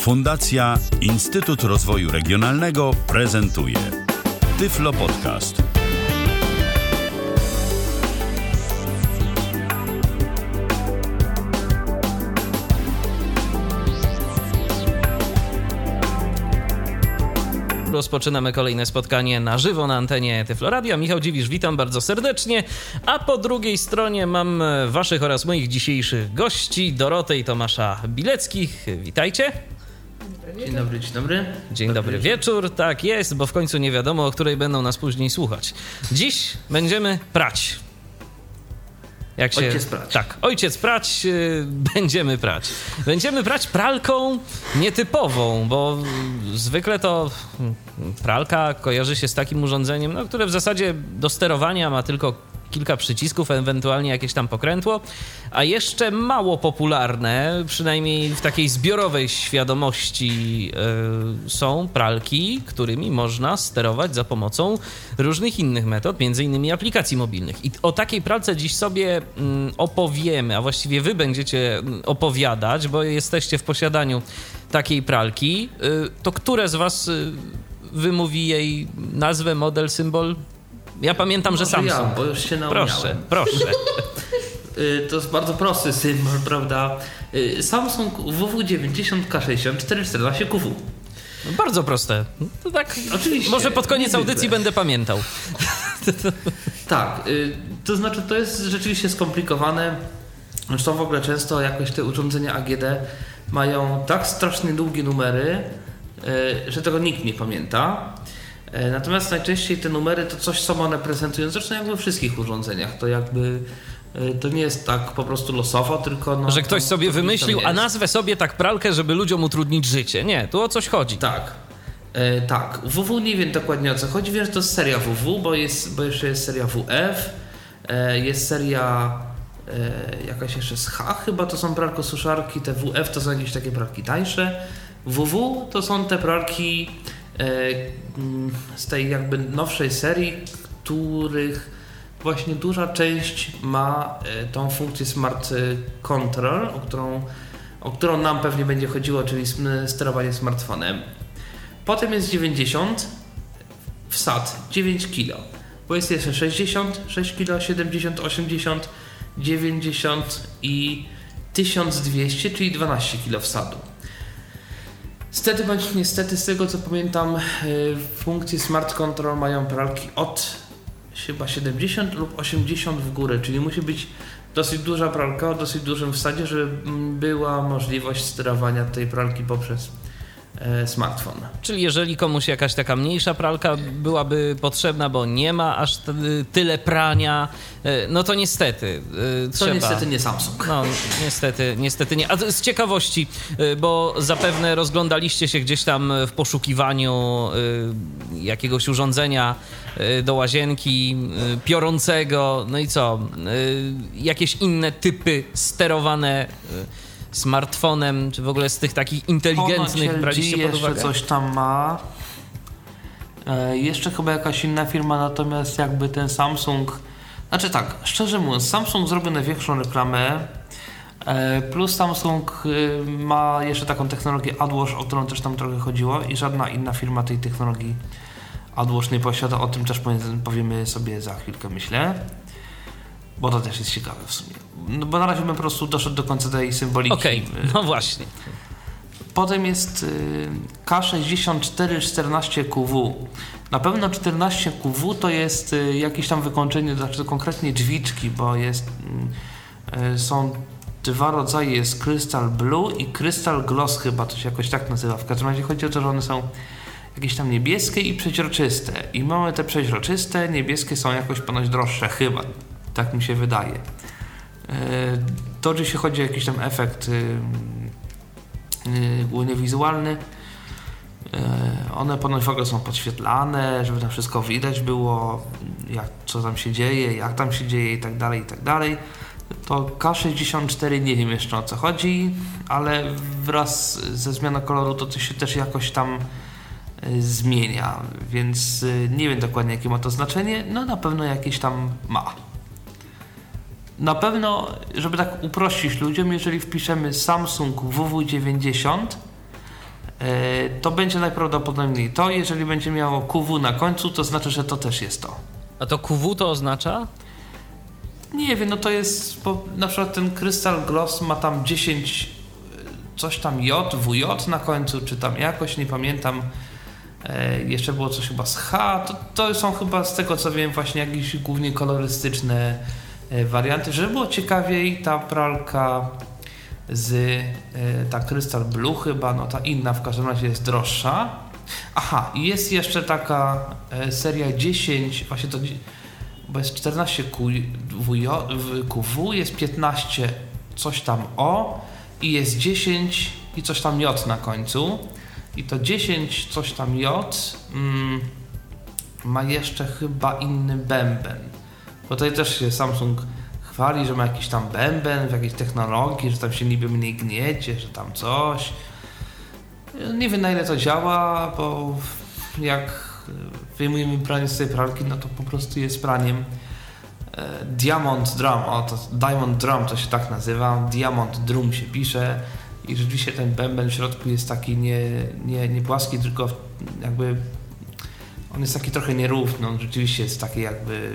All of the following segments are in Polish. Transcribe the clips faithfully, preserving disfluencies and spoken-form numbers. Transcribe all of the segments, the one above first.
Fundacja Instytut Rozwoju Regionalnego prezentuje Tyflo Podcast. Rozpoczynamy kolejne spotkanie na żywo na antenie Tyflo Radia. Michał Dziwisz, witam bardzo serdecznie. A po drugiej stronie mam waszych oraz moich dzisiejszych gości, Dorotę i Tomasza Bileckich. Witajcie. Dzień dobry, dzień dobry. Dzień dobry wieczór. Tak jest, bo w końcu nie wiadomo, o której będą nas później słuchać. Dziś będziemy prać. Jak się... Ojciec prać. Tak, ojciec prać, yy, będziemy prać. Będziemy prać pralką nietypową, bo zwykle to pralka kojarzy się z takim urządzeniem, no, które w zasadzie do sterowania ma tylko kilka przycisków, ewentualnie jakieś tam pokrętło, a jeszcze mało popularne, przynajmniej w takiej zbiorowej świadomości yy, są pralki, którymi można sterować za pomocą różnych innych metod, między innymi aplikacji mobilnych. I o takiej pralce dziś sobie yy, opowiemy, a właściwie wy będziecie opowiadać, bo jesteście w posiadaniu takiej pralki. Yy, to które z was yy, wymówi jej nazwę, model, symbol? Ja pamiętam, że Samsung. Ja, bo już się naumiałem. Proszę, proszę. To jest bardzo prosty symbol, prawda? Samsung W W dziewięćdziesiąt K sześćdziesiąt cztery czternaście Q W. No bardzo proste. To tak. Oczywiście. Może pod koniec niezwykle. audycji będę pamiętał. Tak, to znaczy to jest rzeczywiście skomplikowane. Zresztą w ogóle często jakoś te urządzenia A G D mają tak strasznie długie numery, że tego nikt nie pamięta. Natomiast najczęściej te numery to coś, co one prezentują, zresztą jak we wszystkich urządzeniach, to jakby to nie jest tak po prostu losowo, tylko... No, że ktoś to, sobie to wymyślił, a nazwę sobie tak pralkę, żeby ludziom utrudnić życie. Nie, tu o coś chodzi. Tak, e, tak. W W nie wiem dokładnie o co chodzi, wiem, że to jest seria W W, bo, jest, bo jeszcze jest seria W F, e, jest seria e, jakaś jeszcze z H chyba, to są pralkosuszarki, te W F to są jakieś takie pralki tańsze, W W to są te pralki z tej jakby nowszej serii, których właśnie duża część ma tą funkcję Smart Control, o którą, o którą nam pewnie będzie chodziło, czyli sterowanie smartfonem. Potem jest dziewięćdziesiąt, wsad dziewięć kilo, bo jest jeszcze sześćdziesiąt, sześć kilo, siedemdziesiąt, osiemdziesiąt, dziewięćdziesiąt i tysiąc dwieście, czyli dwanaście kilo wsadu. Niestety bądź niestety, z tego co pamiętam, funkcje Smart Control mają pralki od chyba siedemdziesiąt lub osiemdziesiąt w górę, czyli musi być dosyć duża pralka o dosyć dużym wsadzie, żeby była możliwość sterowania tej pralki poprzez smartfon. Czyli jeżeli komuś jakaś taka mniejsza pralka byłaby potrzebna, bo nie ma aż t- tyle prania, no to niestety to trzeba... niestety nie Samsung. No niestety, niestety nie. A z ciekawości, bo zapewne rozglądaliście się gdzieś tam w poszukiwaniu jakiegoś urządzenia do łazienki, piorącego, no i co? Jakieś inne typy sterowane smartfonem, czy w ogóle z tych takich inteligentnych braliście pod uwagę? Jeszcze coś tam ma. E, jeszcze chyba jakaś inna firma, natomiast jakby ten Samsung... Znaczy tak, szczerze mówiąc, Samsung zrobił największą reklamę, e, plus Samsung e, ma jeszcze taką technologię AdWash, o którą też tam trochę chodziło i żadna inna firma tej technologii AdWash nie posiada. O tym też powiemy sobie za chwilkę, myślę. Bo to też jest ciekawe w sumie. No bo na razie bym po prostu doszedł do końca tej symboliki. Okej, okay, no właśnie. Potem jest K sześćdziesiąt cztery czternaście Q W. Na pewno czternaście Q W to jest jakieś tam wykończenie, znaczy to konkretnie drzwiczki, bo jest, są dwa rodzaje, jest Crystal Blue i Crystal Gloss chyba, to się jakoś tak nazywa. W każdym razie chodzi o to, że one są jakieś tam niebieskie i przeźroczyste. I mamy te przeźroczyste, niebieskie są jakoś ponoć droższe chyba. Tak mi się wydaje. To oczywiście chodzi o jakiś tam efekt głównie wizualny. One ponoć w ogóle są podświetlane, żeby tam wszystko widać było, jak, co tam się dzieje, jak tam się dzieje i tak dalej, i tak dalej. To K sześćdziesiąt cztery nie wiem jeszcze o co chodzi, ale wraz ze zmianą koloru to, to się też jakoś tam zmienia, więc nie wiem dokładnie jakie ma to znaczenie, no na pewno jakieś tam ma. Na pewno, żeby tak uprościć ludziom, jeżeli wpiszemy Samsung W W dziewięćdziesiąt to będzie najprawdopodobniej to. Jeżeli będzie miało Q W na końcu, to znaczy, że to też jest to. A to Q W to oznacza? Nie wiem, no to jest, bo na przykład ten Crystal Gloss ma tam dziesięć coś tam J, W J na końcu, czy tam jakoś, nie pamiętam. E, jeszcze było coś chyba z H. To, to są chyba, z tego co wiem, właśnie jakieś głównie kolorystyczne e, warianty. Żeby było ciekawiej, ta pralka z e, ta Crystal Blue chyba, no ta inna w każdym razie jest droższa. Aha, i jest jeszcze taka e, seria dziesięć, właśnie to, bo jest czternaście Q W, jest piętnaście coś tam O i jest dziesięć i coś tam J na końcu. I to dziesięć coś tam J mm, ma jeszcze chyba inny bęben. Bo tutaj też się Samsung chwali, że ma jakiś tam bęben w jakiejś technologii, że tam się niby mniej gniecie, że tam coś. Nie wiem, na ile to działa, bo jak wyjmujemy pranie z tej pralki, no to po prostu jest praniem e, Diamond Drum, o to Diamond Drum to się tak nazywa, Diamond Drum się pisze i rzeczywiście ten bęben w środku jest taki nie, nie, nie płaski, tylko jakby on jest taki trochę nierówny, on rzeczywiście jest taki jakby,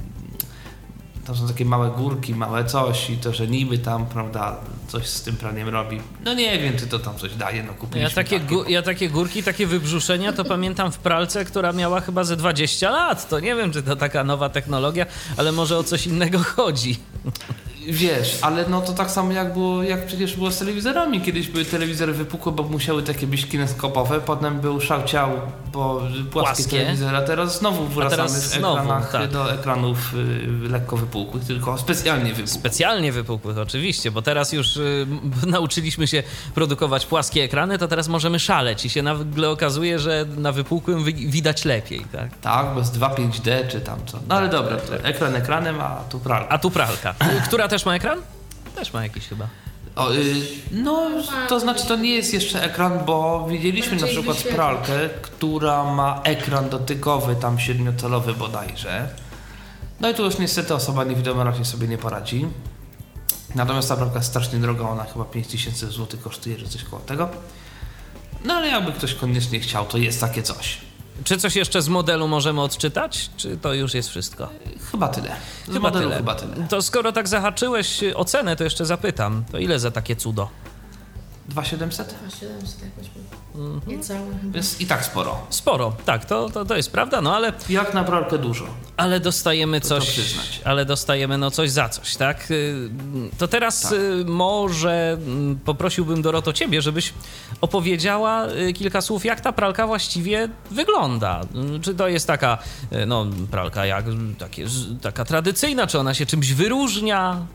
tam są takie małe górki, małe coś i to, że niby tam, prawda, coś z tym praniem robi. No nie wiem, czy to tam coś daje, no kupiliśmy. Ja takie, takie. Gó- ja takie górki, takie wybrzuszenia to pamiętam w pralce, która miała chyba ze dwadzieścia lat. To nie wiem, czy to taka nowa technologia, ale może o coś innego chodzi. Wiesz, ale no to tak samo jak było, jak przecież było z telewizorami. Kiedyś były telewizory wypukłe, bo musiały takie być kineskopowe, potem był szałciał, bo płaskie, Płaskie. telewizory, a teraz znowu wracamy teraz w znowu, ekranach tak. do ekranów y, lekko wypukłych, tylko specjalnie wypukłych. Specjalnie wypukłych oczywiście, bo teraz już y, nauczyliśmy się produkować płaskie ekrany, to teraz możemy szaleć i się nagle okazuje, że na wypukłym wy- widać lepiej, tak? Tak, bez dwa pięć D czy tam co. No ale dobra, to ekran ekranem, a tu pralka. A tu pralka, która też ma ekran? Też ma jakiś chyba. O, y, no, to znaczy to nie jest jeszcze ekran, bo widzieliśmy na przykład pralkę, która ma ekran dotykowy, tam siedmiocalowy bodajże. No i tu już niestety osoba niewidoma raczej sobie nie poradzi. Natomiast ta pralka jest strasznie droga, ona chyba pięć tysięcy złotych kosztuje, że coś koło tego. No ale jakby ktoś koniecznie chciał, to jest takie coś. Czy coś jeszcze z modelu możemy odczytać, czy to już jest wszystko? Chyba tyle. Z Chyba modelu tyle. chyba tyle. To skoro tak zahaczyłeś o cenę, to jeszcze zapytam, to ile za takie cudo? dwa tysiące siedemset? dwa tysiące siedemset jakoś było. Niecałe chyba. Jest i tak sporo. Sporo, tak, to, to, to jest prawda, no ale, Jak na pralkę dużo. ale dostajemy To coś, to przyznać. ale dostajemy no coś za coś, tak? Y, To teraz Tak. y, może mm, poprosiłbym Doroto ciebie, żebyś opowiedziała y, kilka słów, jak ta pralka właściwie wygląda. Y, Czy to jest taka, y, no, pralka jak, takie, z- taka tradycyjna, czy ona się czymś wyróżnia?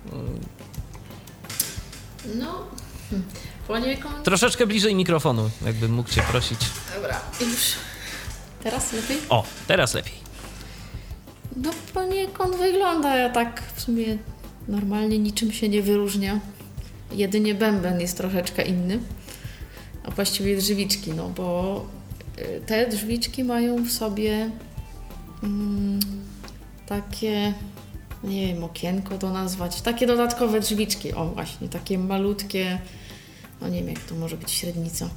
No, hm, poniekąd. Troszeczkę bliżej mikrofonu, jakbym mógł cię prosić. Dobra, już. Teraz lepiej? O, teraz lepiej. No poniekąd wygląda tak w sumie normalnie, niczym się nie wyróżnia. Jedynie bęben jest troszeczkę inny, a właściwie drzwiczki, no bo y, te drzwiczki mają w sobie mm, takie, nie wiem, okienko to nazwać, takie dodatkowe drzwiczki, o właśnie, takie malutkie, no nie wiem jak to może być średnica.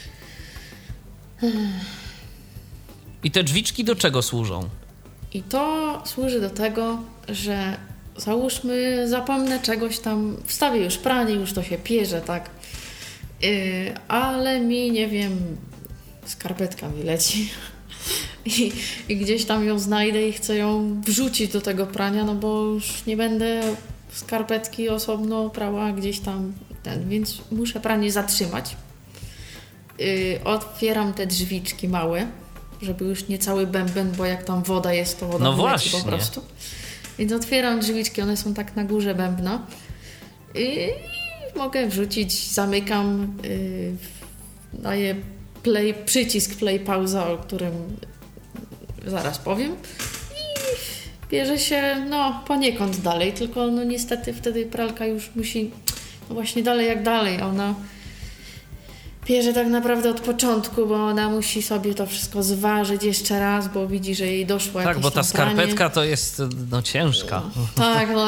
I te drzwiczki do czego służą? I to służy do tego, że załóżmy, zapomnę czegoś tam, wstawię już pranie, już to się pierze, tak, yy, ale mi, nie wiem, skarpetka mi leci I, i gdzieś tam ją znajdę i chcę ją wrzucić do tego prania, no bo już nie będę skarpetki osobno prała gdzieś tam ten, więc muszę pranie zatrzymać. Yy, otwieram te drzwiczki małe, żeby już nie cały bęben, bo jak tam woda jest, to woda No wyleci właśnie. po prostu. Więc otwieram drzwiczki, one są tak na górze bębna i mogę wrzucić, zamykam, yy, daję play, przycisk play, pauza, o którym zaraz powiem i bierze się, no, poniekąd dalej, tylko no niestety wtedy pralka już musi, no właśnie dalej jak dalej, ona bierze tak naprawdę od początku, bo ona musi sobie to wszystko zważyć jeszcze raz, bo widzi, że jej doszło jakieś Tak, bo ta tam pranie. skarpetka to jest no ciężka. Tak, no.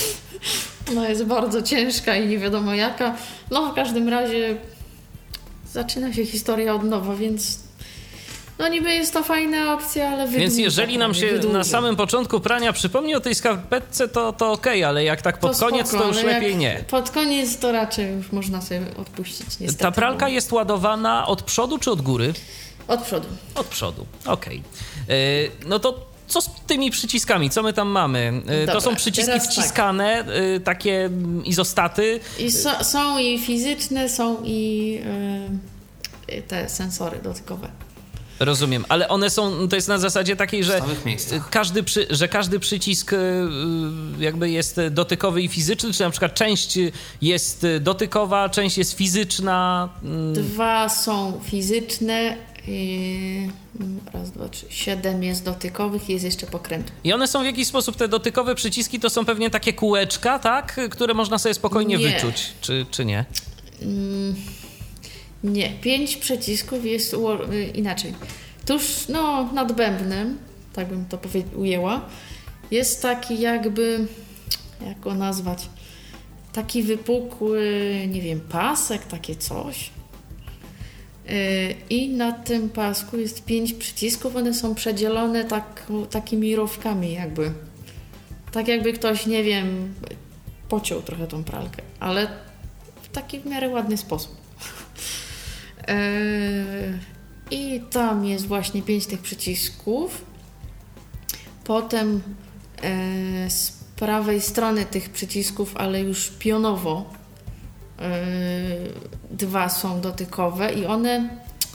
No jest bardzo ciężka i nie wiadomo jaka. No w każdym razie zaczyna się historia od nowa, więc no niby jest to fajna opcja, ale wydłuża. Więc jeżeli nam się wydłuża. na samym początku prania przypomni o tej skarpetce, to, to okej, okay, ale jak tak pod to koniec, spoko, to już ale lepiej jak nie. Pod koniec to raczej już można sobie odpuścić, niestety. Ta pralka bo... jest ładowana od przodu czy od góry? Od przodu. Od przodu, okej. Okay. No to co z tymi przyciskami? Co my tam mamy? Yy, Dobra, to są przyciski wciskane, tak. yy, takie izostaty. I so, są i fizyczne, są i yy, te sensory dotykowe. Rozumiem, ale one są, to jest na zasadzie takiej, że każdy, przy, że każdy przycisk jakby jest dotykowy i fizyczny, czy na przykład część jest dotykowa, część jest fizyczna? Dwa są fizyczne, i raz, dwa, trzy, siedem jest dotykowych i jest jeszcze pokrętły. I one są w jakiś sposób, te dotykowe przyciski to są pewnie takie kółeczka, tak? Które można sobie spokojnie nie. wyczuć, czy, czy nie? Mm. Nie, pięć przycisków jest uło- inaczej. Tuż no, nad bębnem, tak bym to powie- ujęła, jest taki jakby, jak go nazwać, taki wypukły, nie wiem, pasek, takie coś. Yy, I na tym pasku jest pięć przycisków, one są przedzielone tak, takimi rowkami jakby. Tak jakby ktoś, nie wiem, pociął trochę tą pralkę, ale w taki w miarę ładny sposób. I tam jest właśnie pięć tych przycisków. Potem z prawej strony tych przycisków, ale już pionowo, dwa są dotykowe i one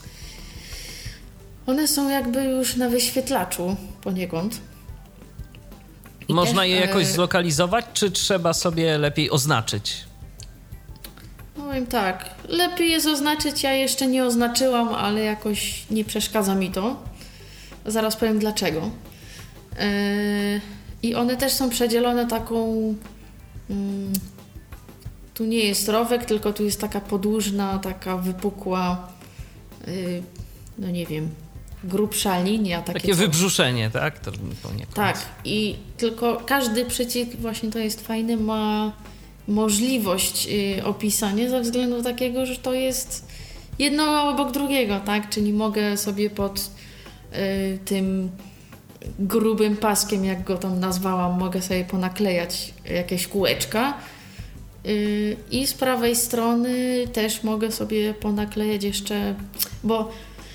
one są jakby już na wyświetlaczu poniekąd. I Można też, je jakoś zlokalizować, czy trzeba sobie lepiej oznaczyć? Powiem tak, lepiej jest oznaczyć, ja jeszcze nie oznaczyłam, ale jakoś nie przeszkadza mi to. Zaraz powiem dlaczego. Yy, I one też są przedzielone taką... Yy, tu nie jest rowek, tylko tu jest taka podłużna, taka wypukła, yy, no nie wiem, grubsza linia. Takie, takie coś. Wybrzuszenie, tak? To tak, i tylko każdy przycisk, właśnie to jest fajne, ma możliwość y, opisania ze względu takiego, że to jest jedno obok drugiego, tak? Czyli mogę sobie pod y, tym grubym paskiem, jak go tam nazwałam, mogę sobie ponaklejać jakieś kółeczka y, i z prawej strony też mogę sobie ponaklejać jeszcze, bo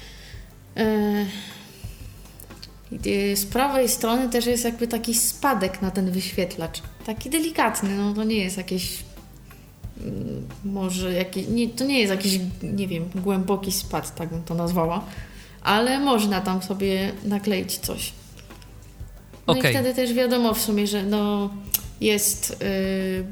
y, z prawej strony też jest jakby taki spadek na ten wyświetlacz. Taki delikatny, no to nie jest jakieś może jakiś, nie, to nie jest jakiś, nie wiem, głęboki spad, tak bym to nazwała, ale można tam sobie nakleić coś. No okay. I wtedy też wiadomo w sumie, że no jest yy,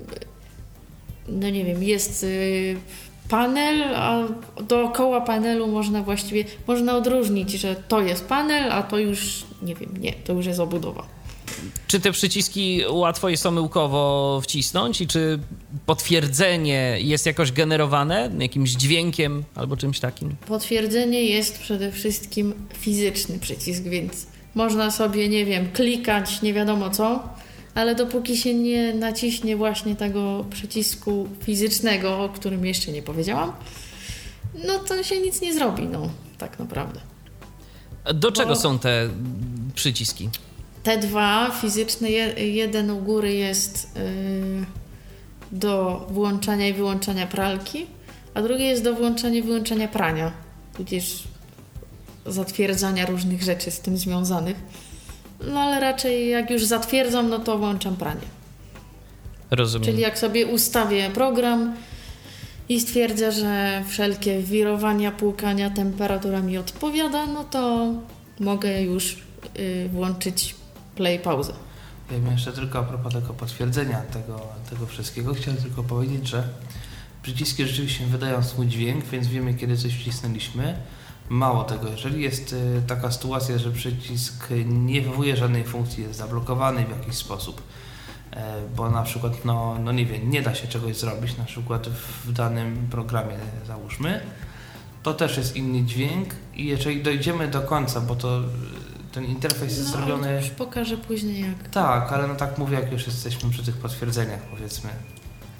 no nie wiem, jest yy, panel, a dookoła panelu można właściwie, można odróżnić, że to jest panel, a to już, nie wiem, nie, to już jest obudowa. Czy te przyciski łatwo jest omyłkowo wcisnąć i czy potwierdzenie jest jakoś generowane jakimś dźwiękiem albo czymś takim? Potwierdzenie jest przede wszystkim fizyczny przycisk, więc można sobie, nie wiem, klikać, nie wiadomo co, ale dopóki się nie naciśnie właśnie tego przycisku fizycznego, o którym jeszcze nie powiedziałam, no to się nic nie zrobi, no tak naprawdę. Do czego Bo... są te przyciski? Te dwa fizyczne, jeden u góry jest yy, do włączania i wyłączania pralki, a drugi jest do włączania i wyłączania prania, tudzież zatwierdzania różnych rzeczy z tym związanych. No ale raczej jak już zatwierdzam, no to włączam pranie. Rozumiem. Czyli jak sobie ustawię program i stwierdzę, że wszelkie wirowania, płukania, temperatura mi odpowiada, no to mogę już yy, włączyć play, pauzę. Ja bym jeszcze tylko a propos tego potwierdzenia tego, tego wszystkiego chciałem tylko powiedzieć, że przyciski rzeczywiście wydają swój dźwięk, więc wiemy, kiedy coś wcisnęliśmy. Mało tego, jeżeli jest y, taka sytuacja, że przycisk nie wywołuje żadnej funkcji, jest zablokowany w jakiś sposób, y, bo na przykład, no, no nie wiem, nie da się czegoś zrobić, na przykład w, w danym programie załóżmy, to też jest inny dźwięk i jeżeli dojdziemy do końca, bo to ten interfejs jest no, zrobiony... już pokażę później jak. Tak, ale no tak mówię, jak już jesteśmy przy tych potwierdzeniach, powiedzmy.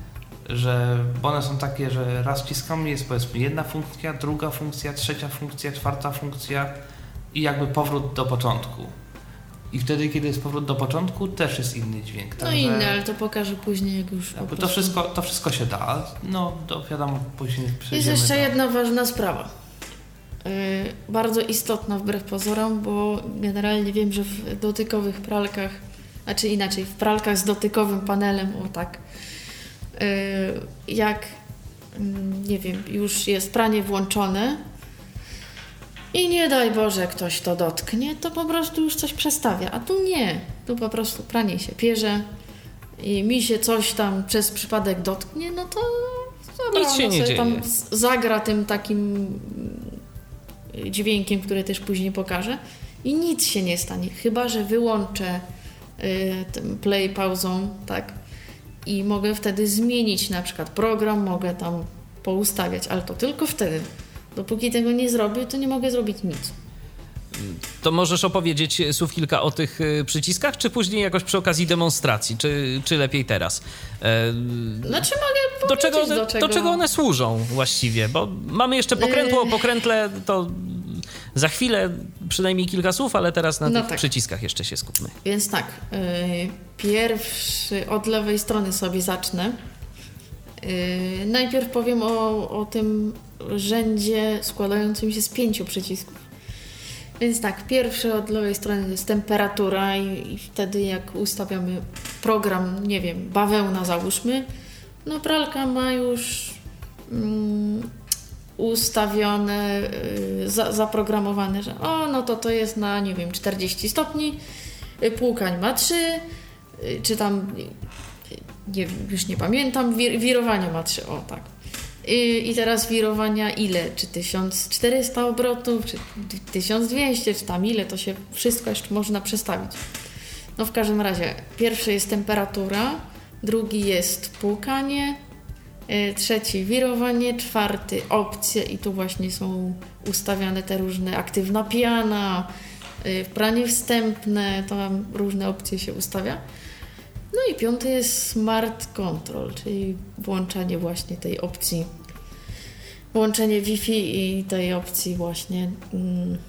że bo one są takie, że raz wciskamy, jest powiedzmy jedna funkcja, druga funkcja, trzecia funkcja, czwarta funkcja i jakby powrót do początku. I wtedy, kiedy jest powrót do początku, też jest inny dźwięk. No Także inny, ale to pokażę później, jak już po to prostu... wszystko, to wszystko się da. No, to wiadomo, później przejdziemy Jest jeszcze do... jedna ważna sprawa. Yy, bardzo istotna wbrew pozorom, bo generalnie wiem, że w dotykowych pralkach, znaczy inaczej, w pralkach z dotykowym panelem, o tak, yy, jak, yy, nie wiem, już jest pranie włączone i nie daj Boże ktoś to dotknie, to po prostu już coś przestawia, a tu nie, tu po prostu pranie się pierze i mi się coś tam przez przypadek dotknie, no to dobra, Nic się no nie sobie dzieje. tam z- zagra tym takim dźwiękiem, który też później pokażę i nic się nie stanie, chyba że wyłączę y, tym play pauzą, tak, i mogę wtedy zmienić na przykład program, mogę tam poustawiać, ale to tylko wtedy. Dopóki tego nie zrobię, to nie mogę zrobić nic. To możesz opowiedzieć słów kilka o tych y, przyciskach, czy później jakoś przy okazji demonstracji, czy, czy lepiej teraz? E, Znaczy mogę do, powiedzieć, czego one, do czego... do czego one służą właściwie? Bo mamy jeszcze pokrętło, Yy. pokrętle, to za chwilę przynajmniej kilka słów, ale teraz na No tych tak. przyciskach jeszcze się skupmy. Więc tak, yy, pierwszy od lewej strony sobie zacznę. Yy, najpierw powiem o, o tym rzędzie składającym się z pięciu przycisków. Więc tak, pierwszy od lewej strony to jest temperatura i, i wtedy jak ustawiamy program, nie wiem, bawełna załóżmy, no pralka ma już mm, ustawione, yy, za, zaprogramowane, że o, no to to jest na, nie wiem, czterdzieści stopni, yy, płukań ma trzy, yy, czy tam, yy, nie wiem, już nie pamiętam, wir, wirowanie ma trzy, o tak. I, I teraz wirowania ile? Czy tysiąc czterysta obrotów, czy tysiąc dwieście, czy tam ile? To się wszystko jeszcze można przestawić. No w każdym razie, pierwszy jest temperatura, drugi jest płukanie, y, trzeci wirowanie, czwarty opcje i tu właśnie są ustawiane te różne aktywna piana, y, pranie wstępne, tam różne opcje się ustawia. No i piąty jest Smart Control, czyli włączanie właśnie tej opcji, włączenie Wi-Fi i tej opcji właśnie mm,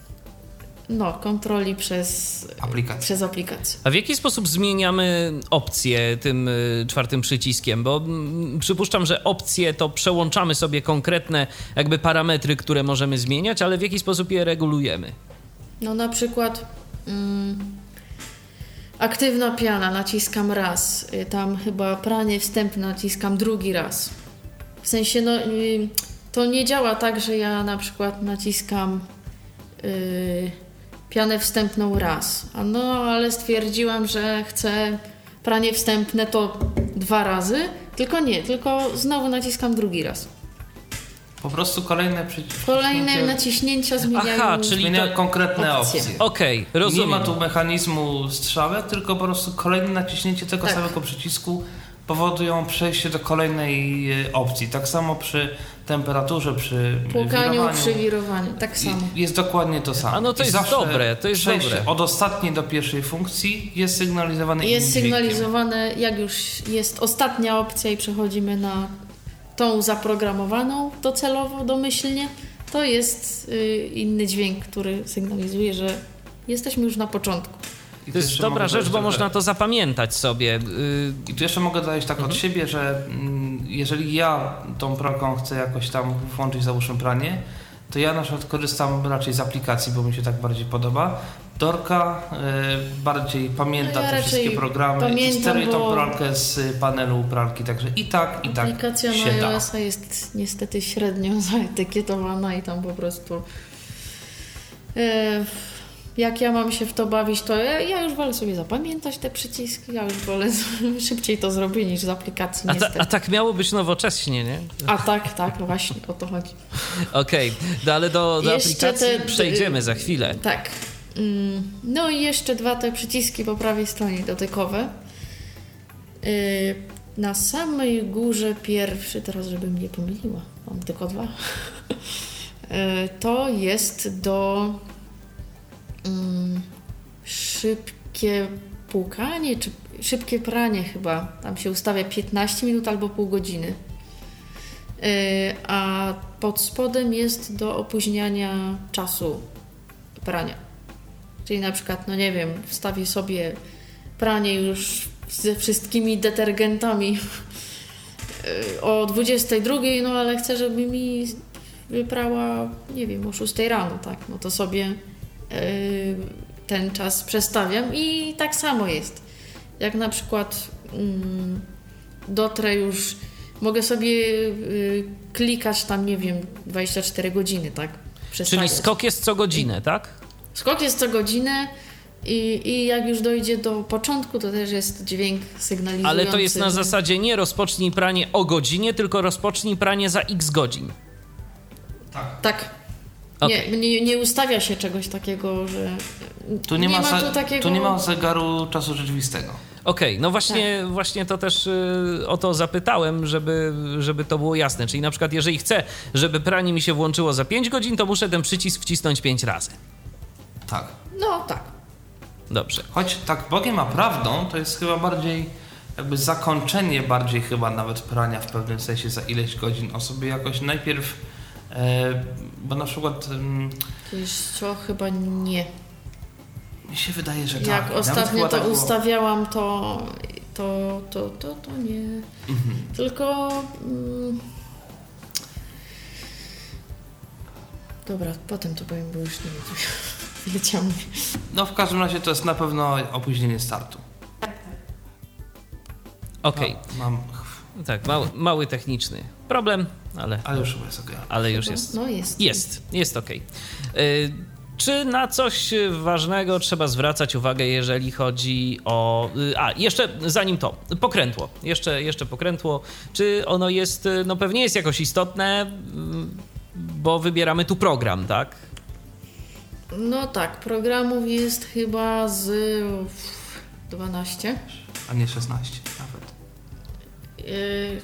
no, kontroli przez Aplikację. przez aplikację. A w jaki sposób zmieniamy opcje tym y, czwartym przyciskiem? Bo mm, przypuszczam, że opcje to przełączamy sobie konkretne jakby parametry, które możemy zmieniać, ale w jaki sposób je regulujemy? No na przykład mm, aktywna piana naciskam raz, y, tam chyba pranie wstępne naciskam drugi raz. W sensie no y, to nie działa tak, że ja na przykład naciskam y, pianę wstępną raz, a no ale stwierdziłam, że chcę pranie wstępne to dwa razy, tylko nie, tylko znowu naciskam drugi raz. Po prostu kolejne przyciski. Kolejne naciśnięcia zmieniają. Aha, czyli Zmienia to- konkretne opcje. opcje. Okej, Nie rozumiem. ma tu mechanizmu strzałek, tylko po prostu kolejne naciśnięcie tego Tak. samego przycisku powodują przejście do kolejnej e, opcji. Tak samo przy temperaturze, przy Płukaniu, wirowaniu. przy wirowaniu, tak samo. I jest dokładnie to samo. A no to I jest zawsze dobre, to jest przejście dobre. od ostatniej do pierwszej funkcji jest sygnalizowane Jest innym dźwiękiem. sygnalizowane, jak już jest ostatnia opcja i przechodzimy na tą zaprogramowaną docelowo, domyślnie, to jest y, inny dźwięk, który sygnalizuje, że jesteśmy już na początku. I To jest jeszcze dobra mogę rzecz, dodać, bo że- można to zapamiętać sobie. Y, I tu jeszcze mogę dodać tak Mhm. od siebie, że mm, jeżeli ja tą pralką chcę jakoś tam włączyć, załóżmy pranie, to ja na przykład korzystam raczej z aplikacji, bo mi się tak bardziej podoba. Dorka y, bardziej pamięta No ja te raczej wszystkie programy i pamiętam, steruje tą bo- pralkę z panelu pralki, także i tak, i tak Aplikacja się na da. iOS-a jest niestety średnio zaetykietowana i tam po prostu e, jak ja mam się w to bawić, to ja, ja już wolę sobie zapamiętać te przyciski, ja już wolę szybciej to zrobić niż z aplikacji a, ta, niestety. a tak miało być nowocześnie, nie? A tak, tak, właśnie o to chodzi. Okej, no ale do, do Jeszcze aplikacji te- przejdziemy za chwilę. Tak. Mm, No i jeszcze dwa te przyciski po prawej stronie dotykowe. Yy, Na samej górze pierwszy, teraz żebym nie pomyliła, mam tylko dwa. Yy, To jest do mm, szybkie płukanie czy szybkie pranie chyba. Tam się ustawia piętnaście minut albo pół godziny. Yy, a pod spodem jest do opóźniania czasu prania. Czyli na przykład, no nie wiem, wstawię sobie pranie już ze wszystkimi detergentami yy, o dwudziestej drugiej, no ale chcę, żeby mi wyprała, nie wiem, o szóstej rano, tak? No to sobie yy, ten czas przestawiam i tak samo jest. Jak na przykład mm, dotrę już, mogę sobie y, klikać tam, nie wiem, dwadzieścia cztery godziny, tak? Przestawiać. Czyli skok jest co godzinę, tak? Skok jest co godzinę i, i jak już dojdzie do początku, to też jest dźwięk sygnalizujący. Ale to jest na że... zasadzie nie rozpocznij pranie o godzinie, tylko rozpocznij pranie za x godzin. Tak. Tak. Okay. Nie, nie, nie ustawia się czegoś takiego, że... Tu nie, nie ma, ma za, tu takiego... tu nie ma zegaru czasu rzeczywistego. Okej, okay, no właśnie, tak. właśnie to też y, o to zapytałem, żeby, żeby to było jasne. Czyli na przykład jeżeli chcę, żeby pranie mi się włączyło za pięć godzin, to muszę ten przycisk wcisnąć pięć razy. Tak. No tak. Dobrze. Choć tak Bogiem a prawdą, to jest chyba bardziej jakby zakończenie bardziej chyba nawet prania w pewnym sensie za ileś godzin. O sobie jakoś najpierw, e, bo na przykład... E, Wiesz co, chyba nie. Mi się wydaje, że tak. Jak Nawet ostatnio to tak było... ustawiałam, to to, to, to, to nie. Mhm. Tylko... Mm, dobra, potem to powiem, bo już nie wiem, wyleciało mi. No w każdym razie to jest na pewno opóźnienie startu. Okej. Okay. No, mam... Tak, mały, mały techniczny problem, ale... Ale już chyba jest okej. Ale już jest. No jest. Jest, jest okej. Okay. Y- Czy na coś ważnego trzeba zwracać uwagę, jeżeli chodzi o... A, jeszcze zanim to, pokrętło. Jeszcze, jeszcze pokrętło. Czy ono jest, no pewnie jest jakoś istotne, bo wybieramy tu program, tak? No tak, programów jest chyba z dwanaście. A nie szesnaście nawet. Yy...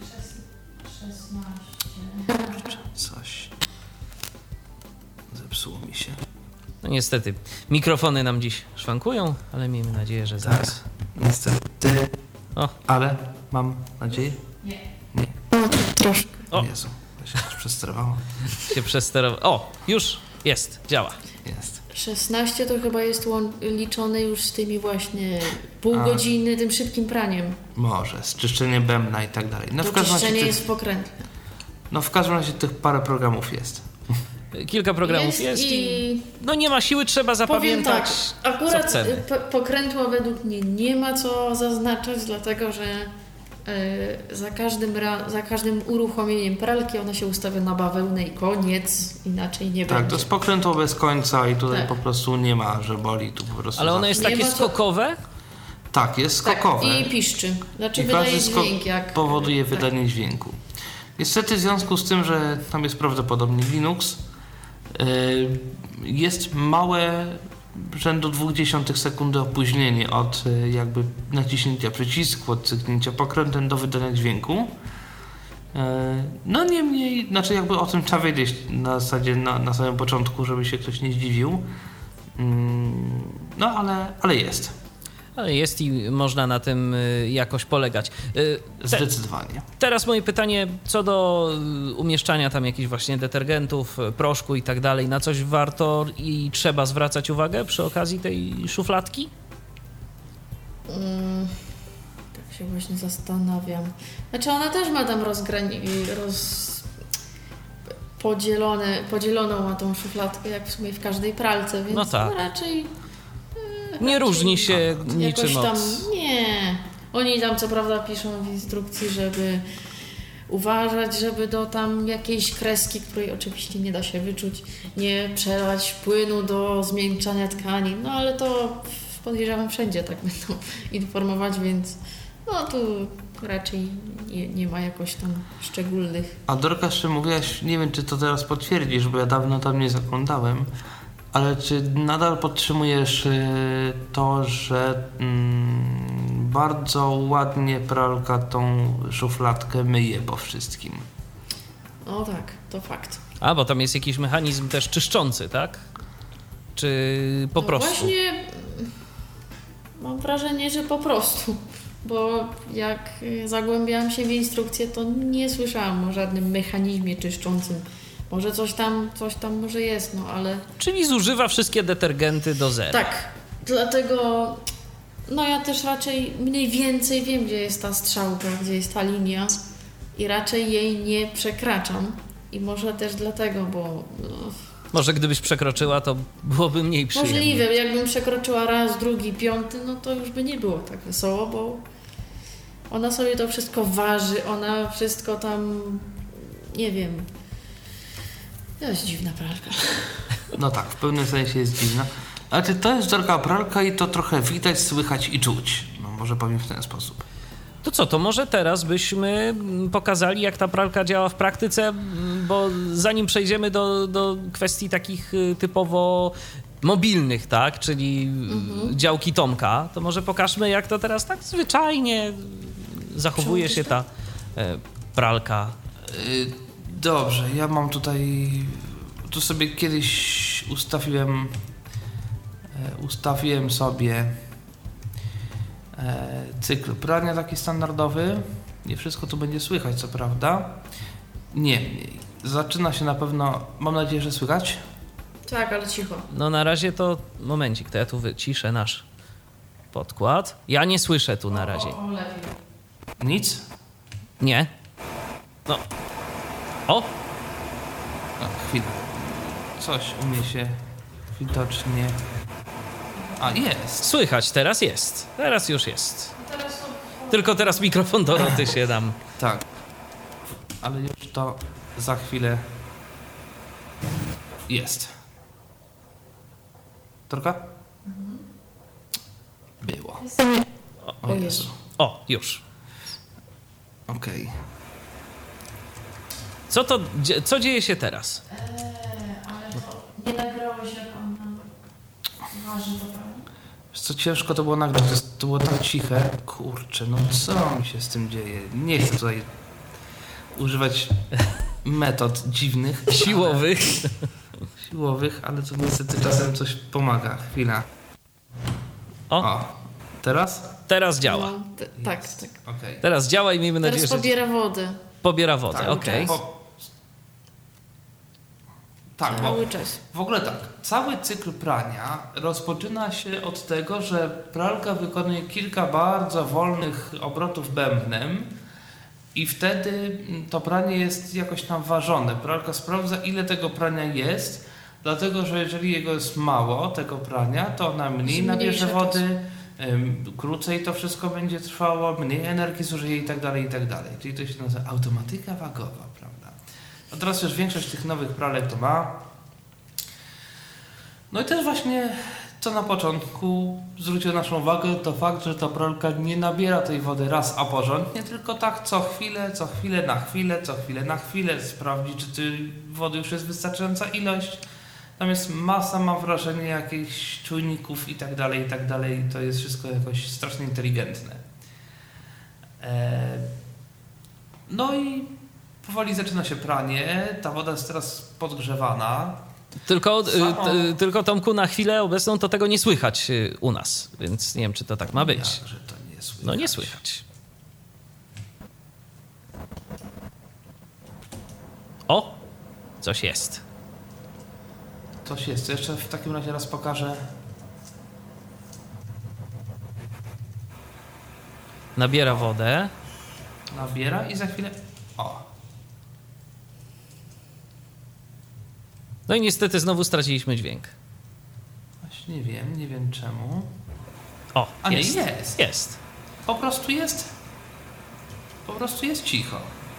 Kurczę, coś zepsuło mi się. No niestety, mikrofony nam dziś szwankują, ale miejmy nadzieję, że zaraz... Niestety. O. Ale mam nadzieję? Nie. Nie. No, troszkę. O Jezu, to się też przesterowało. Się przesterowało. O, już jest, działa. Jest. szesnaście to chyba jest łą- liczone już z tymi właśnie pół A. godziny, tym szybkim praniem. Może, z czyszczeniem bębna i tak dalej. No w To każdym razie czyszczenie tych, jest pokrętne. no w każdym razie tych parę programów jest. Kilka programów jest, jest i... i... No nie ma siły, trzeba Powiem zapamiętać, tak, co akurat chcemy. p- pokrętła według mnie nie ma co zaznaczać, dlatego że yy, za, każdym ra- za każdym uruchomieniem pralki ona się ustawia na bawełnę i koniec, inaczej nie Tak, będzie. to jest pokrętło bez końca i tutaj Tak. po prostu nie ma, że boli. Tu po prostu Ale ono zawsze- jest Nie takie ma co- skokowe? Tak, jest Tak, skokowe. i piszczy. Znaczy I wydaje każdy skok dźwięk jak... powoduje tak. wydanie dźwięku. Niestety w związku z tym, że tam jest prawdopodobnie Linux, yy, jest małe rzędu dwóch dziesiątych sekundy opóźnienie od yy, jakby naciśnięcia przycisku, od cyknięcia pokrętem do wydania dźwięku. Yy, no niemniej, znaczy jakby o tym trzeba wiedzieć na zasadzie na, na samym początku, żeby się ktoś nie zdziwił. Yy, no ale, ale jest. Ale jest i można na tym y, jakoś polegać. Y, te, Zdecydowanie. teraz moje pytanie co do y, umieszczania tam jakichś właśnie detergentów, y, proszku i tak dalej. Na coś warto i trzeba zwracać uwagę przy okazji tej szufladki? Mm, tak się właśnie zastanawiam. Znaczy ona też ma tam rozgrani... roz... podzielone, podzieloną ma tą szufladkę, jak w sumie w każdej pralce, więc No tak. no raczej... Nie różni się niczym jakoś tam, od... nie. Oni tam co prawda piszą w instrukcji, żeby uważać, żeby do tam jakiejś kreski, której oczywiście nie da się wyczuć, nie przelać płynu do zmiękczania tkanin, no ale to podejrzewam wszędzie tak będą informować, więc no tu raczej nie, nie ma jakoś tam szczególnych. A Dorka, jeszcze mówiłaś, nie wiem czy to teraz potwierdzisz, bo ja dawno tam nie zaglądałem, ale czy nadal podtrzymujesz y, to, że mm, bardzo ładnie pralka tą szufladkę myje po wszystkim? No tak, to fakt. A, bo tam jest jakiś mechanizm też czyszczący, tak? Czy po no prostu? Właśnie mam wrażenie, że po prostu, bo jak zagłębiałam się w instrukcję, to nie słyszałam o żadnym mechanizmie czyszczącym. Może coś tam, coś tam może jest, no ale... Czyli zużywa wszystkie detergenty do zera. Tak, dlatego no ja też raczej mniej więcej wiem, gdzie jest ta strzałka, gdzie jest ta linia i raczej jej nie przekraczam i może też dlatego, bo... No, może gdybyś przekroczyła, to byłoby mniej przyjemnie. możliwe, jakbym przekroczyła raz, drugi, piąty, no to już by nie było tak wesoło, bo ona sobie to wszystko waży, ona wszystko tam, nie wiem, to jest dziwna pralka. No tak, w pewnym sensie jest dziwna. Ale to jest droga pralka i to trochę widać, słychać i czuć. No może powiem w ten sposób. To co, to może teraz byśmy pokazali, jak ta pralka działa w praktyce, bo zanim przejdziemy do, do kwestii takich typowo mobilnych, tak, czyli mhm. działki Tomka, to może pokażmy, jak to teraz tak zwyczajnie zachowuje się ta pralka. Dobrze, ja mam tutaj, tu sobie kiedyś ustawiłem, ustawiłem sobie cykl prania taki standardowy. Nie wszystko tu będzie słychać, co prawda. Niemniej, zaczyna się na pewno, mam nadzieję, że słychać. Tak, ale cicho. No na razie to, momencik, to ja tu wyciszę nasz podkład. Ja nie słyszę tu na razie. O, o, lepiej. Nic? Nie. No. O! No, chwilę. Coś u mnie się widocznie... A, jest. Słychać, teraz jest. Teraz już jest. Teraz to... Tylko teraz mikrofon Doroty się dam. Tak. Ale już to za chwilę jest. Torka? Mhm. Było. O, O Jezu. o już. Okej. Okay. Co to, co dzieje się teraz? Eee, ale to nie nagrałeś, jak on tam waży to, prawda? Wiesz co, ciężko to było nagrać, to, jest, to było tak ciche. Kurczę, no co mi się z tym dzieje? Nie chcę tutaj używać metod dziwnych. Siłowych. Ale, siłowych, ale to niestety czasem coś pomaga. Chwila. O, O, teraz? teraz działa. No, t- tak, tak. Okay. Teraz działa i miejmy nadzieję, Teraz że... pobiera wodę. Pobiera wodę, Tak, okej. okay. Tak, bo Cały czas. w ogóle tak, cały cykl prania rozpoczyna się od tego, że pralka wykonuje kilka bardzo wolnych obrotów bębnem i wtedy to pranie jest jakoś tam ważone. Pralka sprawdza, ile tego prania jest, dlatego że jeżeli jego jest mało, tego prania, to ona mniej nabierze wody, ym, krócej to wszystko będzie trwało, mniej energii zużyje i tak dalej, i tak dalej. Czyli to się nazywa automatyka wagowa, prawda? A teraz już większość tych nowych pralek to ma. No i też właśnie, co na początku zwrócił naszą uwagę, to fakt, że ta pralka nie nabiera tej wody raz a porządnie, tylko tak co chwilę, co chwilę na chwilę, co chwilę na chwilę sprawdzi, czy tej wody już jest wystarczająca ilość. Tam jest masa, mam wrażenie, jakichś czujników i tak dalej, i tak dalej. To jest wszystko jakoś strasznie inteligentne. Eee, no i powoli zaczyna się pranie, ta woda jest teraz podgrzewana. Tylko, Samo... y, tylko Tomku, na chwilę obecną to tego nie słychać y, u nas, więc nie wiem, czy to tak ma być. Jak, że to nie słychać. No nie słychać. O! Coś jest. Coś jest. Jeszcze w takim razie raz pokażę. Nabiera wodę. Nabiera i za chwilę... O! No i niestety znowu straciliśmy dźwięk. Właśnie nie wiem, nie wiem czemu. O, A nie, jest. jest. Jest. Po prostu jest... Po prostu jest cicho.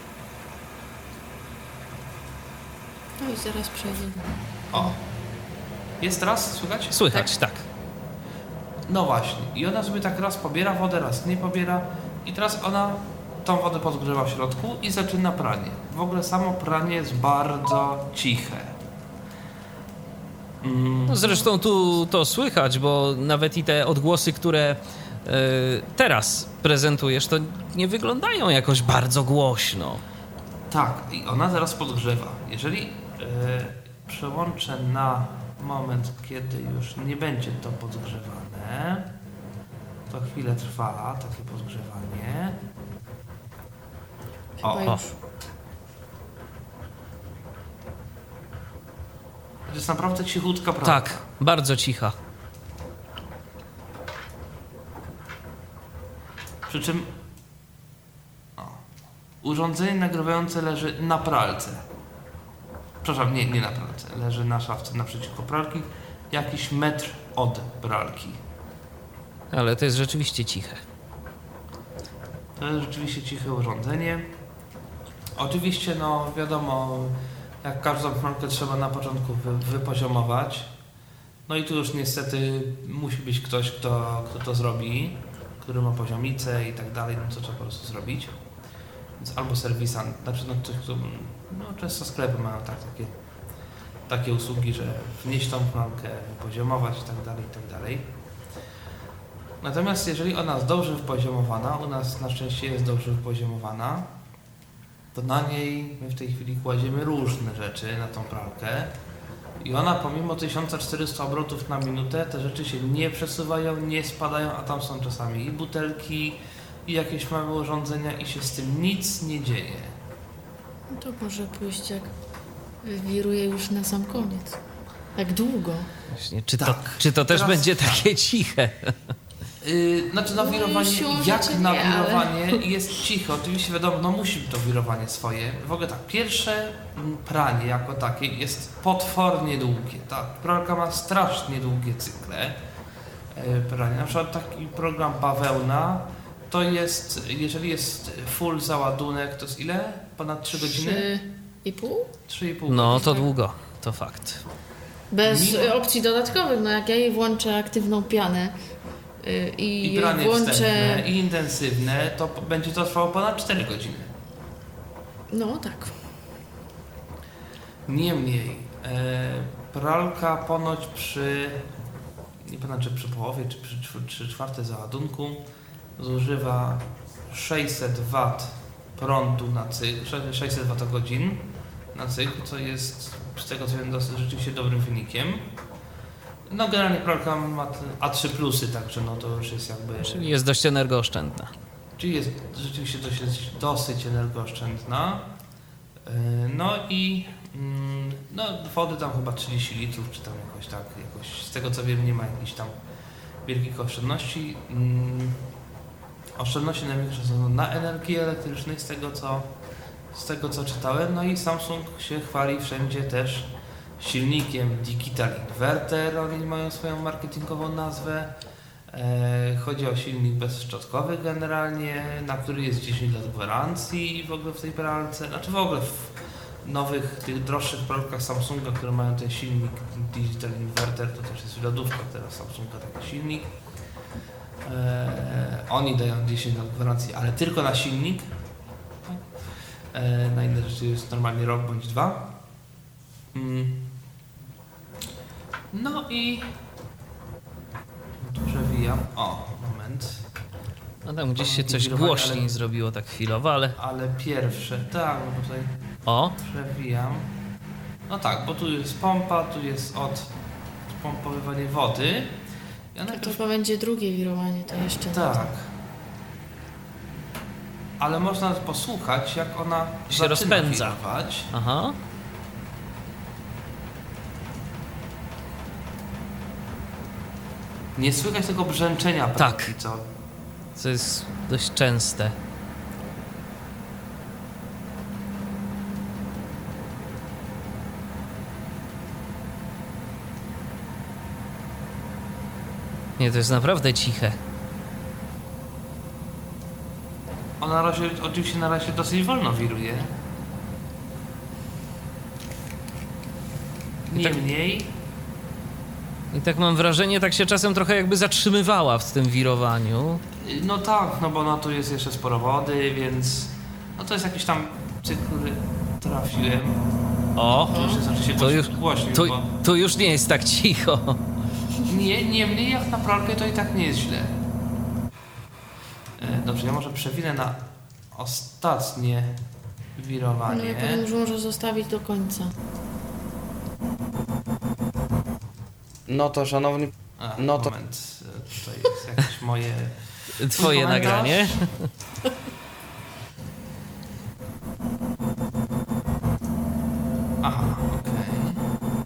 No i zaraz przejdę. O! Jest raz, słychać? Słychać, tak. No właśnie. I ona sobie tak raz pobiera wodę, raz nie pobiera. I teraz ona tą wodę podgrzewa w środku i zaczyna pranie. W ogóle samo pranie jest bardzo ciche. Mm. No zresztą tu to słychać, bo nawet i te odgłosy, które y, teraz prezentujesz, to nie wyglądają jakoś bardzo głośno. Tak, i ona zaraz podgrzewa. Jeżeli y, przełączę na moment, kiedy już nie będzie to podgrzewane. To chwilę trwa takie podgrzewanie. Chyba O, już. To jest naprawdę cichutka pralka. Tak, bardzo cicha. Przy czym o, urządzenie nagrywające leży na pralce. Przepraszam, nie, nie na pralce. Leży na szafce naprzeciwko pralki. Jakiś metr od pralki. Ale to jest rzeczywiście ciche. To jest rzeczywiście ciche urządzenie. Oczywiście, no wiadomo, jak każdą pralkę trzeba na początku wy, wypoziomować. No i tu już niestety musi być ktoś, kto, kto to zrobi, który ma poziomicę i tak dalej, no co trzeba po prostu zrobić. Więc albo serwisant, znaczy no ktoś, kto, no często sklepy mają tak, takie, takie usługi, że wnieść tą pralkę, wypoziomować i tak dalej, i tak dalej. Natomiast jeżeli ona jest dobrze wypoziomowana, u nas na szczęście jest dobrze wypoziomowana, to na niej my w tej chwili kładziemy różne rzeczy na tą pralkę i ona pomimo tysiąc czterysta obrotów na minutę te rzeczy się nie przesuwają, nie spadają, a tam są czasami i butelki, i jakieś małe urządzenia i się z tym nic nie dzieje. No to może pójść jak wiruje już na sam koniec. Jak długo? Właśnie, czy, to, Tak. czy to też Teraz będzie tak. takie ciche? Yy, znaczy no No, wirowanie, siłą jak rzeczy na nie, ale- wirowanie jest ciche, oczywiście wiadomo, no musi to wirowanie swoje. W ogóle tak, pierwsze mm, pranie jako takie jest potwornie długie, tak, pralka ma strasznie długie cykle yy, prania, na przykład taki program bawełna to jest, jeżeli jest full załadunek, to jest ile? Ponad trzy godziny? Trzy i pół? trzy i pół No godziny. to długo, to fakt. Bez Mimo- y, opcji dodatkowych, no jak ja jej włączę aktywną pianę y, i, I jej pranie włączę... wstępne i intensywne, to p- będzie to trwało ponad cztery godziny. No tak. Niemniej, e, pralka ponoć przy, nie pamiętam czy przy połowie, czy przy trzy- trzy czwarte załadunku zużywa sześćset watów prądu na cykl, sze- sześćset watogodzin na cykl, co jest z tego co wiem dosyć rzeczywiście dobrym wynikiem. No generalnie pralka ma te A trzy plusy, także no to już jest jakby... Czyli jest dość energooszczędna. Czyli jest rzeczywiście dosyć, dosyć energooszczędna. Yy, No i mm, no, wody tam chyba trzydzieści litrów, czy tam jakoś tak, jakoś z tego co wiem nie ma jakichś tam wielkich oszczędności. Mm, Oszczędności największe są na energii elektrycznej, z tego co, z tego co czytałem. No i Samsung się chwali wszędzie też silnikiem Digital Inverter, oni mają swoją marketingową nazwę. E, chodzi o silnik bezszczotkowy generalnie, na który jest dziesięć lat gwarancji w ogóle w tej pralce, znaczy w ogóle w nowych, tych droższych pralkach Samsunga, które mają ten silnik Digital Inverter, to też jest w lodówkach teraz Samsunga taki silnik. E, oni dają dziesięć lat gwarancji, ale tylko na silnik. E, na inne rzeczy jest normalnie rok bądź dwa. Mm. No i tu przewijam. O, moment. No tam gdzieś się coś Wirowanie, głośniej ale- zrobiło tak chwilowo, ale... Ale pierwsze, tak, bo tutaj O, przewijam. No tak, bo tu jest pompa, tu jest od pompowywanie wody. Ja To najpierw, chyba będzie drugie wirowanie, to jeszcze na tak. to. Ale można posłuchać, jak ona Się zaczyna rozpędza. wirować. aha. Nie słychać tego brzęczenia Tak. pralki, co Co jest dość częste. Nie, to jest naprawdę ciche. ona na razie, oczywiście na razie dosyć wolno wiruje. I tak- Niemniej, I tak mam wrażenie, tak się czasem trochę jakby zatrzymywała w tym wirowaniu. no tak, no bo no tu jest jeszcze sporo wody, więc no to jest jakiś tam cykl, który trafiłem. O, To już jest oczywiście to głośniej, już, głośniej to, bo to już nie jest tak cicho. nie, niemniej jak na pralkę to i tak nie jest źle. E, Dobrze, ja może przewinę na ostatnie No wirowanie. ja powiem, że może zostawić do końca. No to szanowni, A, no to- moment, to jest jakieś moje... Twoje Komentarz? nagranie. Aha, okej.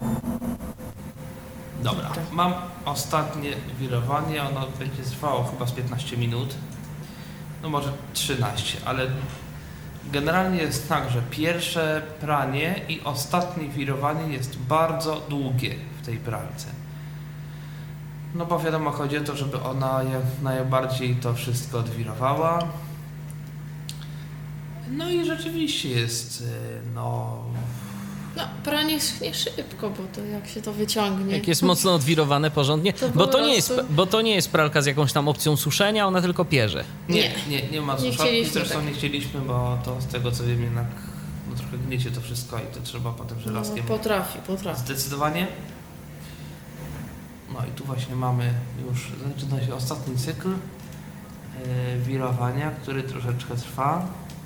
Dobra, mam ostatnie wirowanie, ono będzie trwało chyba z piętnaście minut, no może trzynaście, ale generalnie jest tak, że pierwsze pranie i ostatnie wirowanie jest bardzo długie w tej pralce. No bo wiadomo, chodzi o to, żeby ona jak najbardziej to wszystko odwirowała. No i rzeczywiście jest, no... No, pranie schnie szybko, bo to jak się to wyciągnie. Jak jest mocno odwirowane porządnie, To bo po to, nie jest, prostu- bo to nie jest pralka z jakąś tam opcją suszenia, ona tylko pierze. Nie, Nie. nie, nie ma Nie suszarki, chcieliśmy zresztą tak. nie chcieliśmy, bo to z tego co wiem jednak no, trochę gniecie to wszystko i to trzeba potem No, żelazkiem. potrafi, potrafi. Zdecydowanie. No i tu właśnie mamy już, zaczyna się ostatni cykl yy, wirowania, który troszeczkę trwa.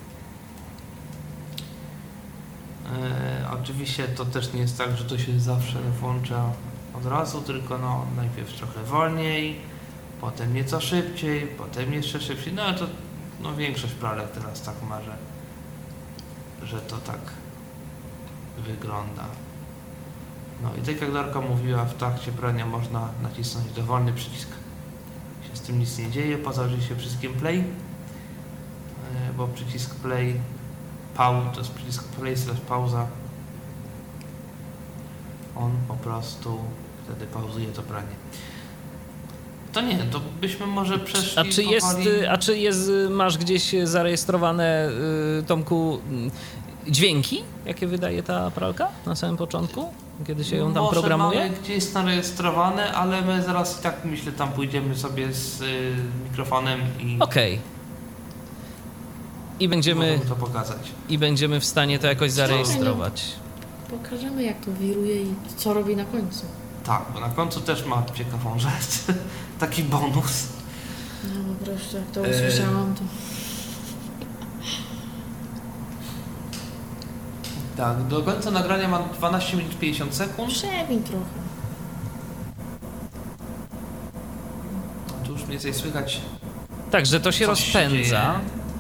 Yy, oczywiście to też nie jest tak, że to się zawsze włącza od razu, tylko no najpierw trochę wolniej, potem nieco szybciej, potem jeszcze szybciej, no ale to no, większość pralek teraz tak ma, że, że to tak wygląda. No i tak jak Dorka mówiła, w trakcie prania można nacisnąć dowolny przycisk. Się z tym nic nie dzieje, poza oczywiście przyciskiem play, yy, bo przycisk play, pause, to jest przycisk play slash pauza. On po prostu wtedy pauzuje to pranie. To nie, to byśmy może przeszli A czy jest, powoli... a czy jest, masz gdzieś zarejestrowane, y, Tomku, y, dźwięki, jakie wydaje ta pralka na samym początku, kiedy się ją tam Może programuje? mamy gdzieś zarejestrowane, ale my zaraz i tak myślę tam pójdziemy sobie z y, mikrofonem i Okej. I będziemy, możemy to pokazać. i będziemy w stanie to jakoś zarejestrować. Pokażemy, jak to wiruje i co robi na końcu. Tak, bo na końcu też ma ciekawą rzecz. Taki bonus. No po prostu, jak to E, usłyszałam, to... Tak, do końca nagrania ma dwanaście minut pięćdziesiąt sekund. Przewiń trochę. Tu już mniej więcej słychać. Tak, że to się Coś się rozpędza. dzieje.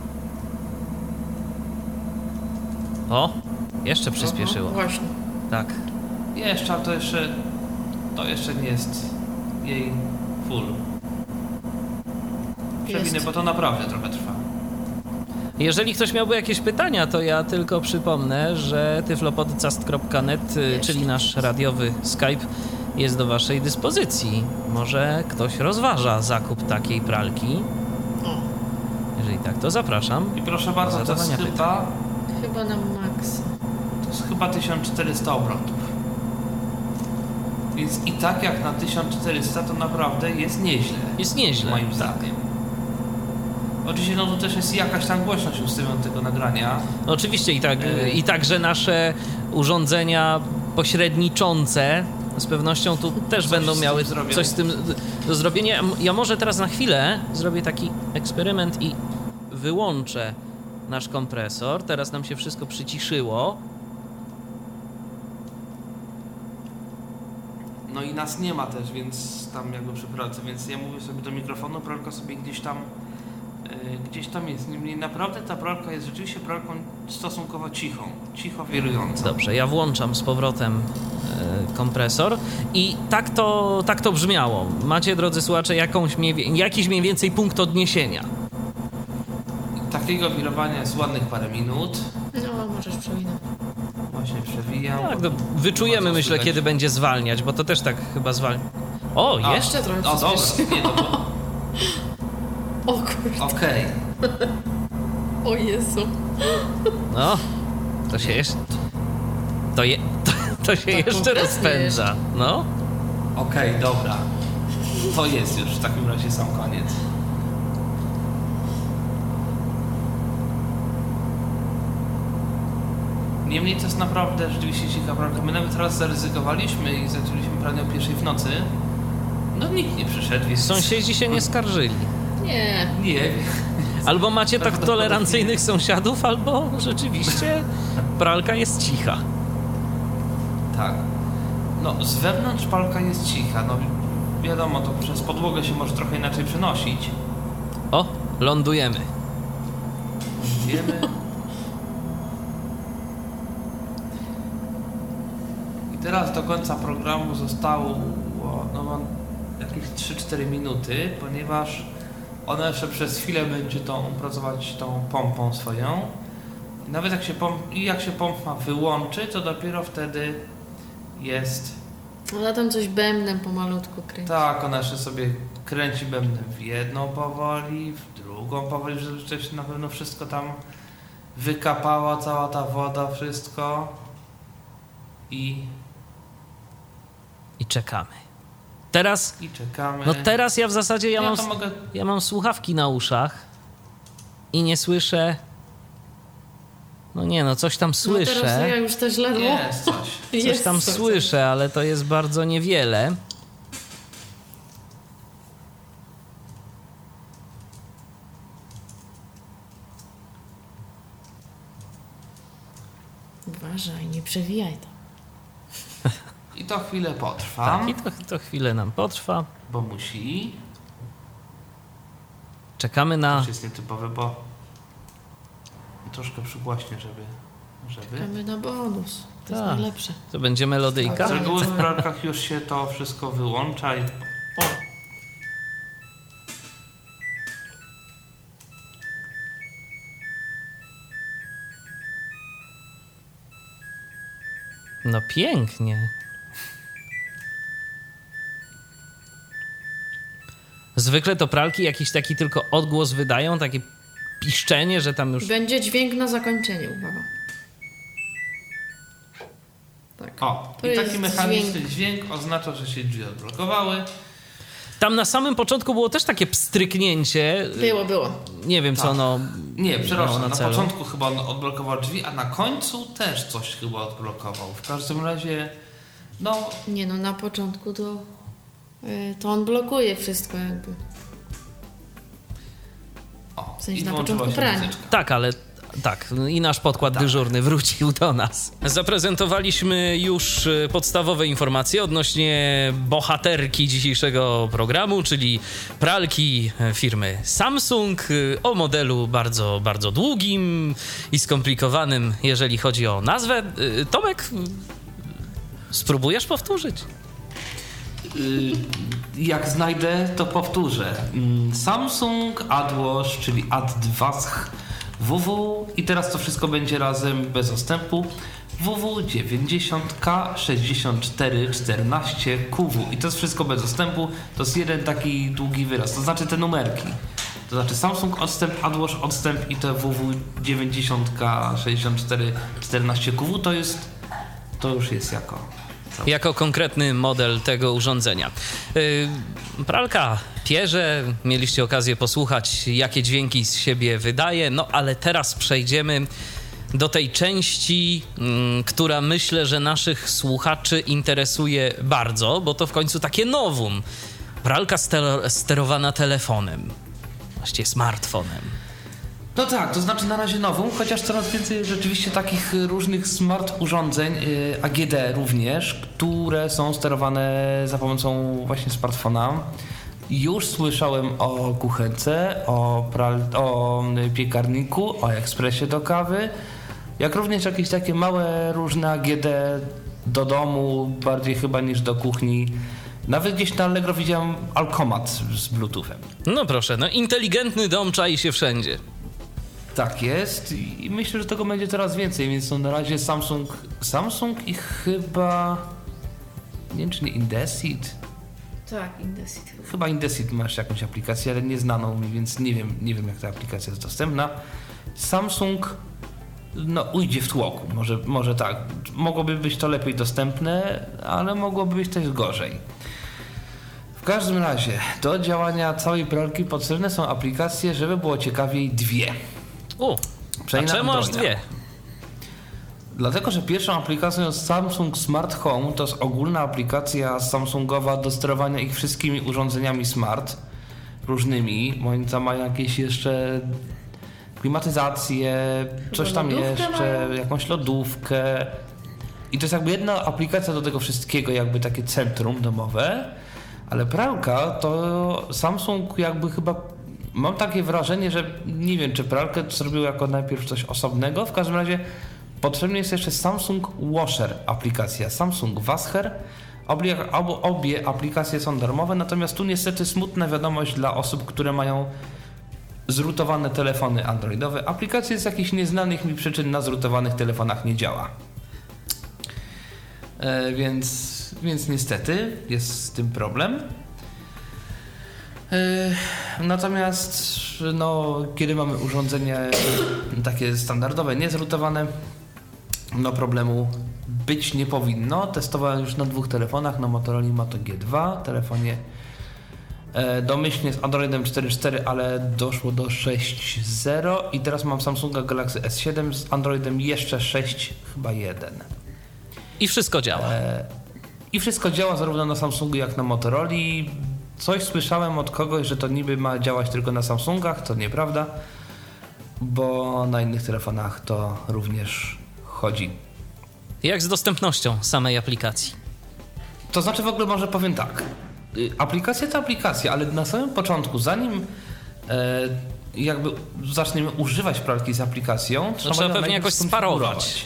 O, jeszcze przyspieszyło. Właśnie. Tak. Jeszcze, ale to jeszcze, to jeszcze nie jest jej full. Przewinę, Jest. bo to naprawdę trochę trwa. Jeżeli ktoś miałby jakieś pytania, to ja tylko przypomnę, że tyflopodcast kropka net, y, Jest. czyli nasz radiowy Skype, jest do waszej dyspozycji. Może ktoś rozważa zakup takiej pralki. O, Jeżeli tak, to zapraszam. I proszę bardzo, to jest Zadawania pytań. chyba, chyba na maksa. to jest chyba tysiąc czterysta obrotów. Więc i tak jak na tysiąc czterysta to naprawdę jest nieźle. Jest nieźle. Moim tak. zdaniem. Oczywiście no tu też jest jakaś tam głośność ustawiona tego nagrania. Oczywiście i, tak, Yy. i także nasze urządzenia pośredniczące z pewnością tu też Coś będą z tym miały zrobią. coś z tym do zrobienia. Ja może teraz na chwilę zrobię taki eksperyment i wyłączę nasz kompresor. Teraz nam się wszystko przyciszyło. No i nas nie ma też, więc tam jakby przy pralce, więc ja mówię sobie do mikrofonu, pralka sobie gdzieś tam yy, gdzieś tam jest. Niemniej naprawdę ta pralka jest rzeczywiście pralką stosunkowo cichą, cicho wirującą. Dobrze, ja włączam z powrotem e, kompresor i tak to, tak to brzmiało. Macie, drodzy słuchacze, jakąś mniej, wie- jakiś mniej więcej punkt odniesienia. Takiego wirowania jest ładnych parę minut. No, możesz przewinąć. Właśnie przewijam. Tak, no, wyczujemy, Co myślę, słychać? kiedy będzie zwalniać, bo to też tak chyba zwalnia. O, A, jeszcze? trochę O, dobra, przyspieszyło. nie, no to O kurde, okej. o Jezu. No, to się jeszcze... To, je, to, to się Tak jeszcze kompletnie rozpędza. No, Okej, dobra. To jest już w takim razie sam koniec. Niemniej to jest naprawdę rzeczywiście ciekawa pralka. My nawet raz zaryzykowaliśmy i zaczęliśmy pranie o pierwszej w nocy. No nikt nie przyszedł, więc... sąsiedzi się nie skarżyli. Nie, Nie, Albo macie tak Prawdopodobnie. tolerancyjnych sąsiadów, albo rzeczywiście pralka jest cicha. tak. No z wewnątrz pralka jest cicha. No wiadomo, to przez podłogę się może trochę inaczej przenosić. O, lądujemy. Wiemy. I teraz do końca programu zostało no, mam jakieś trzy cztery minuty, ponieważ ona jeszcze przez chwilę będzie tą, pracować tą pompą swoją. I nawet jak się, pomp, i jak się pompa wyłączy, to dopiero wtedy jest... Ona tam coś bębnem pomalutku kręci. Tak, ona jeszcze sobie kręci bębnem w jedną powoli, w drugą powoli, żeby się na pewno wszystko tam wykapała, cała ta woda, wszystko. I... I czekamy. Teraz... I czekamy. No teraz ja w zasadzie ja, Ja mam, to mogę- ja mam słuchawki na uszach i nie słyszę... No nie, no coś tam No słyszę. teraz ja już też ledwo. Jest coś. Coś Jest tam coś. słyszę, ale to jest bardzo niewiele. Uważaj, nie przewijaj to. I to chwilę potrwa, Tak, i to, to chwilę nam potrwa. bo musi. Czekamy To na... już jest nietypowe, bo troszkę przygłaśnie, żeby... żeby. Czekamy na bonus. To jest Tak. najlepsze. To będzie melodyjka. Z reguły w pralkach już się to wszystko wyłącza i... O, No pięknie. Zwykle to pralki jakiś taki tylko odgłos wydają, takie piszczenie, że tam już... będzie dźwięk na zakończenie, uwaga. Tak. O, To i jest taki mechaniczny dźwięk. dźwięk oznacza, że się drzwi odblokowały. Tam na samym początku było też takie pstryknięcie. Było, było. Nie wiem, co Tak. ono Nie, miało przepraszam, na na celu. początku chyba on odblokował drzwi, a na końcu też coś chyba odblokował. W każdym razie, no, Nie no, na początku to, y, to on blokuje wszystko jakby. o, W sensie i na włączyła początku się prania. muzyczka. Tak, ale tak, i nasz podkład dyżurny wrócił do nas. Zaprezentowaliśmy już e, podstawowe informacje odnośnie bohaterki dzisiejszego programu, czyli pralki e, firmy Samsung e, o modelu bardzo, bardzo długim i skomplikowanym, jeżeli chodzi o nazwę. E, Tomek, spróbujesz powtórzyć? Y, Jak znajdę, to powtórzę. Mm, Samsung AdWash, czyli Ad dwa W W i teraz to wszystko będzie razem bez odstępu. W W dziewięćdziesiąt K sześćdziesiąt cztery czternaście Q W i to jest wszystko bez odstępu. To jest jeden taki długi wyraz, to znaczy te numerki. To znaczy Samsung odstęp, AdWash odstęp i te W W dziewięćdziesiąt K sześćdziesiąt cztery czternaście Q W to jest, to już jest jako... Jako konkretny model tego urządzenia. Yy, pralka pierze, mieliście okazję posłuchać, jakie dźwięki z siebie wydaje, no ale teraz przejdziemy do tej części, yy, która myślę, że naszych słuchaczy interesuje bardzo, bo to w końcu takie novum. Pralka ster- sterowana telefonem, właściwie smartfonem. No tak, to znaczy na razie nową, chociaż coraz więcej rzeczywiście takich różnych smart urządzeń, yy, A G D również, które są sterowane za pomocą właśnie smartfona. Już słyszałem o kuchence, o, pral- o piekarniku, o ekspresie do kawy, jak również jakieś takie małe różne A G D do domu, bardziej chyba niż do kuchni. Nawet gdzieś na Allegro widziałem Alkomat z Bluetoothem. No proszę, no inteligentny dom czai się wszędzie. Tak jest i myślę, że tego będzie coraz więcej, więc no na razie Samsung, Samsung i chyba, nie wiem czy nie Indesit, Tak, Indesit. chyba Indesit masz jakąś aplikację, ale nieznaną mi, więc nie wiem, nie wiem jak ta aplikacja jest dostępna. Samsung no ujdzie w tłoku, może, może tak, mogłoby być to lepiej dostępne, ale mogłoby być też gorzej. W każdym razie do działania całej pralki potrzebne są aplikacje, żeby było ciekawiej dwie. U, a Przynajmniej na czemu aż Androida. dwie? Dlatego, że pierwszą aplikacją jest Samsung Smart Home, to jest ogólna aplikacja Samsungowa do sterowania ich wszystkimi urządzeniami smart, różnymi, bo oni tam mają jakieś jeszcze klimatyzację, coś tam lodówkę jeszcze, mają? jakąś lodówkę. I to jest jakby jedna aplikacja do tego wszystkiego, jakby takie centrum domowe. Ale pralka to Samsung jakby chyba, mam takie wrażenie, że nie wiem, czy pralkę zrobił jako najpierw coś osobnego. W każdym razie potrzebny jest jeszcze Samsung Washer aplikacja, Samsung Washer. Obie, obie aplikacje są darmowe, natomiast tu niestety smutna wiadomość dla osób, które mają zrutowane telefony androidowe. Aplikacja z jakichś nieznanych mi przyczyn na zrutowanych telefonach nie działa. E, więc, więc niestety jest z tym problem. E, natomiast no, kiedy mamy urządzenie takie standardowe, niezrutowane, no problemu być nie powinno. Testowałem już na dwóch telefonach, na Motorola Moto G dwa, telefonie e, domyślnie z Androidem cztery cztery, ale doszło do sześć zero i teraz mam Samsunga Galaxy S siedem z Androidem jeszcze sześć, chyba jeden. I wszystko działa. E, I wszystko działa zarówno na Samsungu jak na Motorola. Coś słyszałem od kogoś, że to niby ma działać tylko na Samsungach, to nieprawda, bo na innych telefonach to również chodzi. Jak z dostępnością samej aplikacji? To znaczy w ogóle może powiem tak. Aplikacja to aplikacja, ale na samym początku, zanim e, jakby zaczniemy używać pralki z aplikacją, to trzeba pewnie jakoś sparować.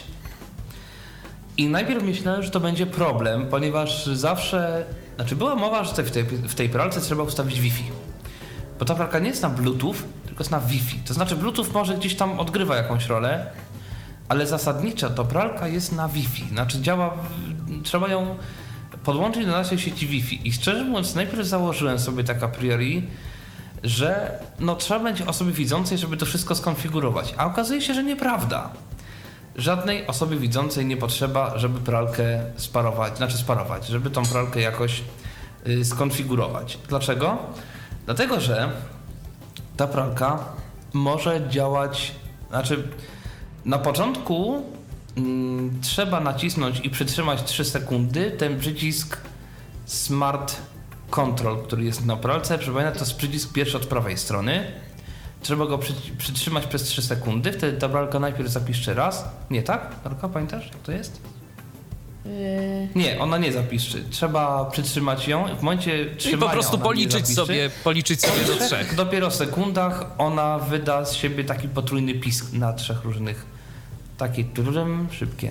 I najpierw myślałem, że to będzie problem, ponieważ zawsze, znaczy była mowa, że w tej, w tej pralce trzeba ustawić Wi-Fi. Bo ta pralka nie jest na Bluetooth, tylko jest na Wi-Fi. To znaczy Bluetooth może gdzieś tam odgrywa jakąś rolę, ale zasadnicza to pralka jest na Wi-Fi. Znaczy działa, trzeba ją podłączyć do naszej sieci Wi-Fi. I szczerze mówiąc, najpierw założyłem sobie tak a priori, że no trzeba będzie osobie widzącej, żeby to wszystko skonfigurować. A okazuje się, że nieprawda. Żadnej osobie widzącej nie potrzeba, żeby pralkę sparować, znaczy sparować, żeby tą pralkę jakoś y, skonfigurować. Dlaczego? Dlatego, że ta pralka może działać, znaczy na początku mm, trzeba nacisnąć i przytrzymać trzy sekundy ten przycisk Smart Control, który jest na pralce. Przypominam, to jest przycisk pierwszy od prawej strony. Trzeba go przy, przytrzymać przez trzy sekundy, wtedy ta pralka najpierw zapiszczy raz. Nie, tak? Pralka, pamiętasz jak to jest? Yy... Nie, ona nie zapiszczy. Trzeba przytrzymać ją. W momencie trzymania i po prostu policzyć sobie, policzyć sobie do trzech. Dopiero w sekundach ona wyda z siebie taki potrójny pisk na trzech różnych. Takie turem szybkie.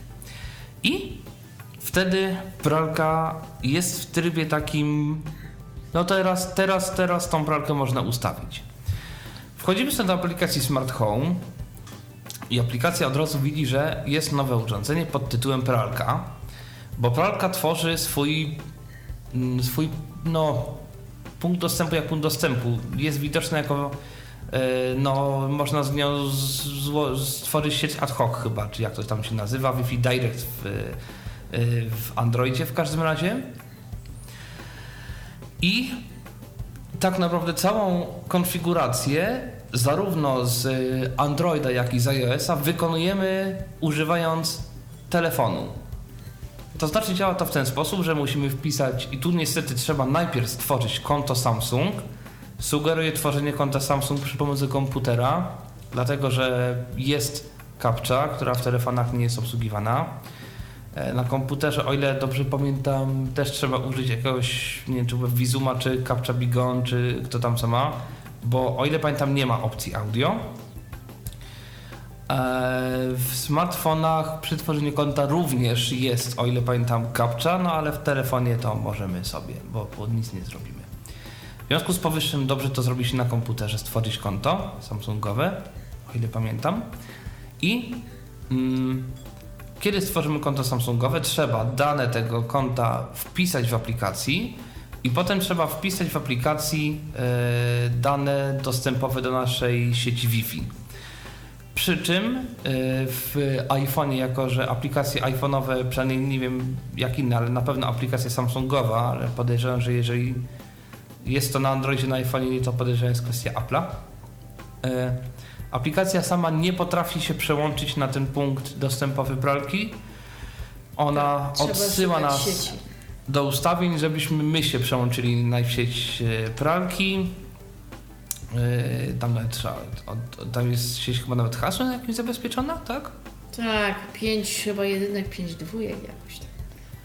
I wtedy pralka jest w trybie takim, no teraz, teraz, teraz tą pralkę można ustawić. Wchodzimy sobie do aplikacji Smart Home i aplikacja od razu widzi, że jest nowe urządzenie pod tytułem pralka, bo pralka tworzy swój, swój no, punkt dostępu jak punkt dostępu. Jest widoczny jako, no, można z nią stworzyć sieć ad hoc chyba, czy jak to tam się nazywa, Wi-Fi Direct w, w Androidzie w każdym razie. I tak naprawdę całą konfigurację zarówno z Androida, jak i z iOS-a wykonujemy używając telefonu. To znaczy działa to w ten sposób, że musimy wpisać, i tu niestety trzeba najpierw stworzyć konto Samsung. Sugeruję tworzenie konta Samsung przy pomocy komputera, dlatego że jest captcha, która w telefonach nie jest obsługiwana. Na komputerze, o ile dobrze pamiętam, też trzeba użyć jakiegoś, nie wiem, czy Vizuma, czy Captcha Bigon, czy kto tam co ma, bo o ile pamiętam, nie ma opcji audio. W smartfonach przy tworzeniu konta również jest, o ile pamiętam, captcha, no ale w telefonie to możemy sobie, bo, bo nic nie zrobimy. W związku z powyższym dobrze to zrobić na komputerze, stworzyć konto samsungowe, o ile pamiętam. I mm, kiedy stworzymy konto samsungowe, trzeba dane tego konta wpisać w aplikacji i potem trzeba wpisać w aplikacji e, dane dostępowe do naszej sieci Wi-Fi. Przy czym e, w iPhone'ie, jako że aplikacje iPhone'owe, przynajmniej nie wiem jak inne, ale na pewno aplikacja samsungowa, ale podejrzewam, że jeżeli jest to na Androidzie, na iPhone'ie, to podejrzewam, jest kwestia Apple'a. E, Aplikacja sama nie potrafi się przełączyć na ten punkt dostępowy pralki. Ona Trzeba odsyła nas sieci. do ustawień, żebyśmy my się przełączyli na sieć pralki. Yy, tam nawet trzeba, tam jest sieć chyba nawet hasłem jakimś zabezpieczona, tak? Tak, pięć chyba jedynek, pięć dwójek jakoś tak.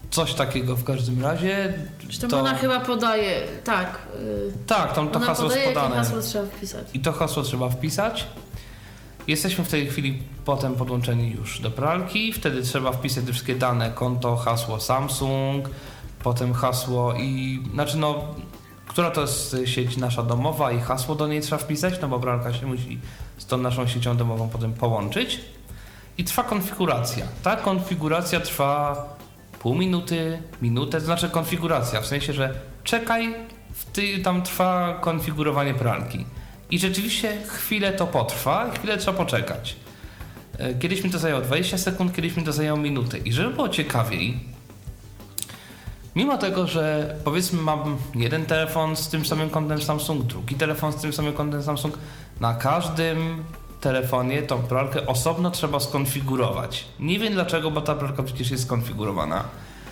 coś takiego w każdym razie. Zresztą to... ona chyba podaje, tak. Yy, Tak, tam to ona hasło podaje, jest podane. jakie hasło trzeba wpisać. I to hasło trzeba wpisać. Jesteśmy w tej chwili potem podłączeni już do pralki. Wtedy trzeba wpisać te wszystkie dane, konto, hasło Samsung, potem hasło i... Znaczy no, która to jest sieć nasza domowa i hasło do niej trzeba wpisać, no bo pralka się musi z tą naszą siecią domową potem połączyć. I trwa konfiguracja. Ta konfiguracja trwa pół minuty, minutę, to znaczy konfiguracja, w sensie, że czekaj, w ty, tam trwa konfigurowanie pralki. I rzeczywiście chwilę to potrwa, chwilę trzeba poczekać. Kiedyś mi to zajęło dwadzieścia sekund, kiedyś mi to zajęło minutę. I żeby było ciekawiej, mimo tego, że powiedzmy mam jeden telefon z tym samym kontem Samsung, drugi telefon z tym samym kontem Samsung, na każdym telefonie tą pralkę osobno trzeba skonfigurować. Nie wiem dlaczego, bo ta pralka przecież jest skonfigurowana.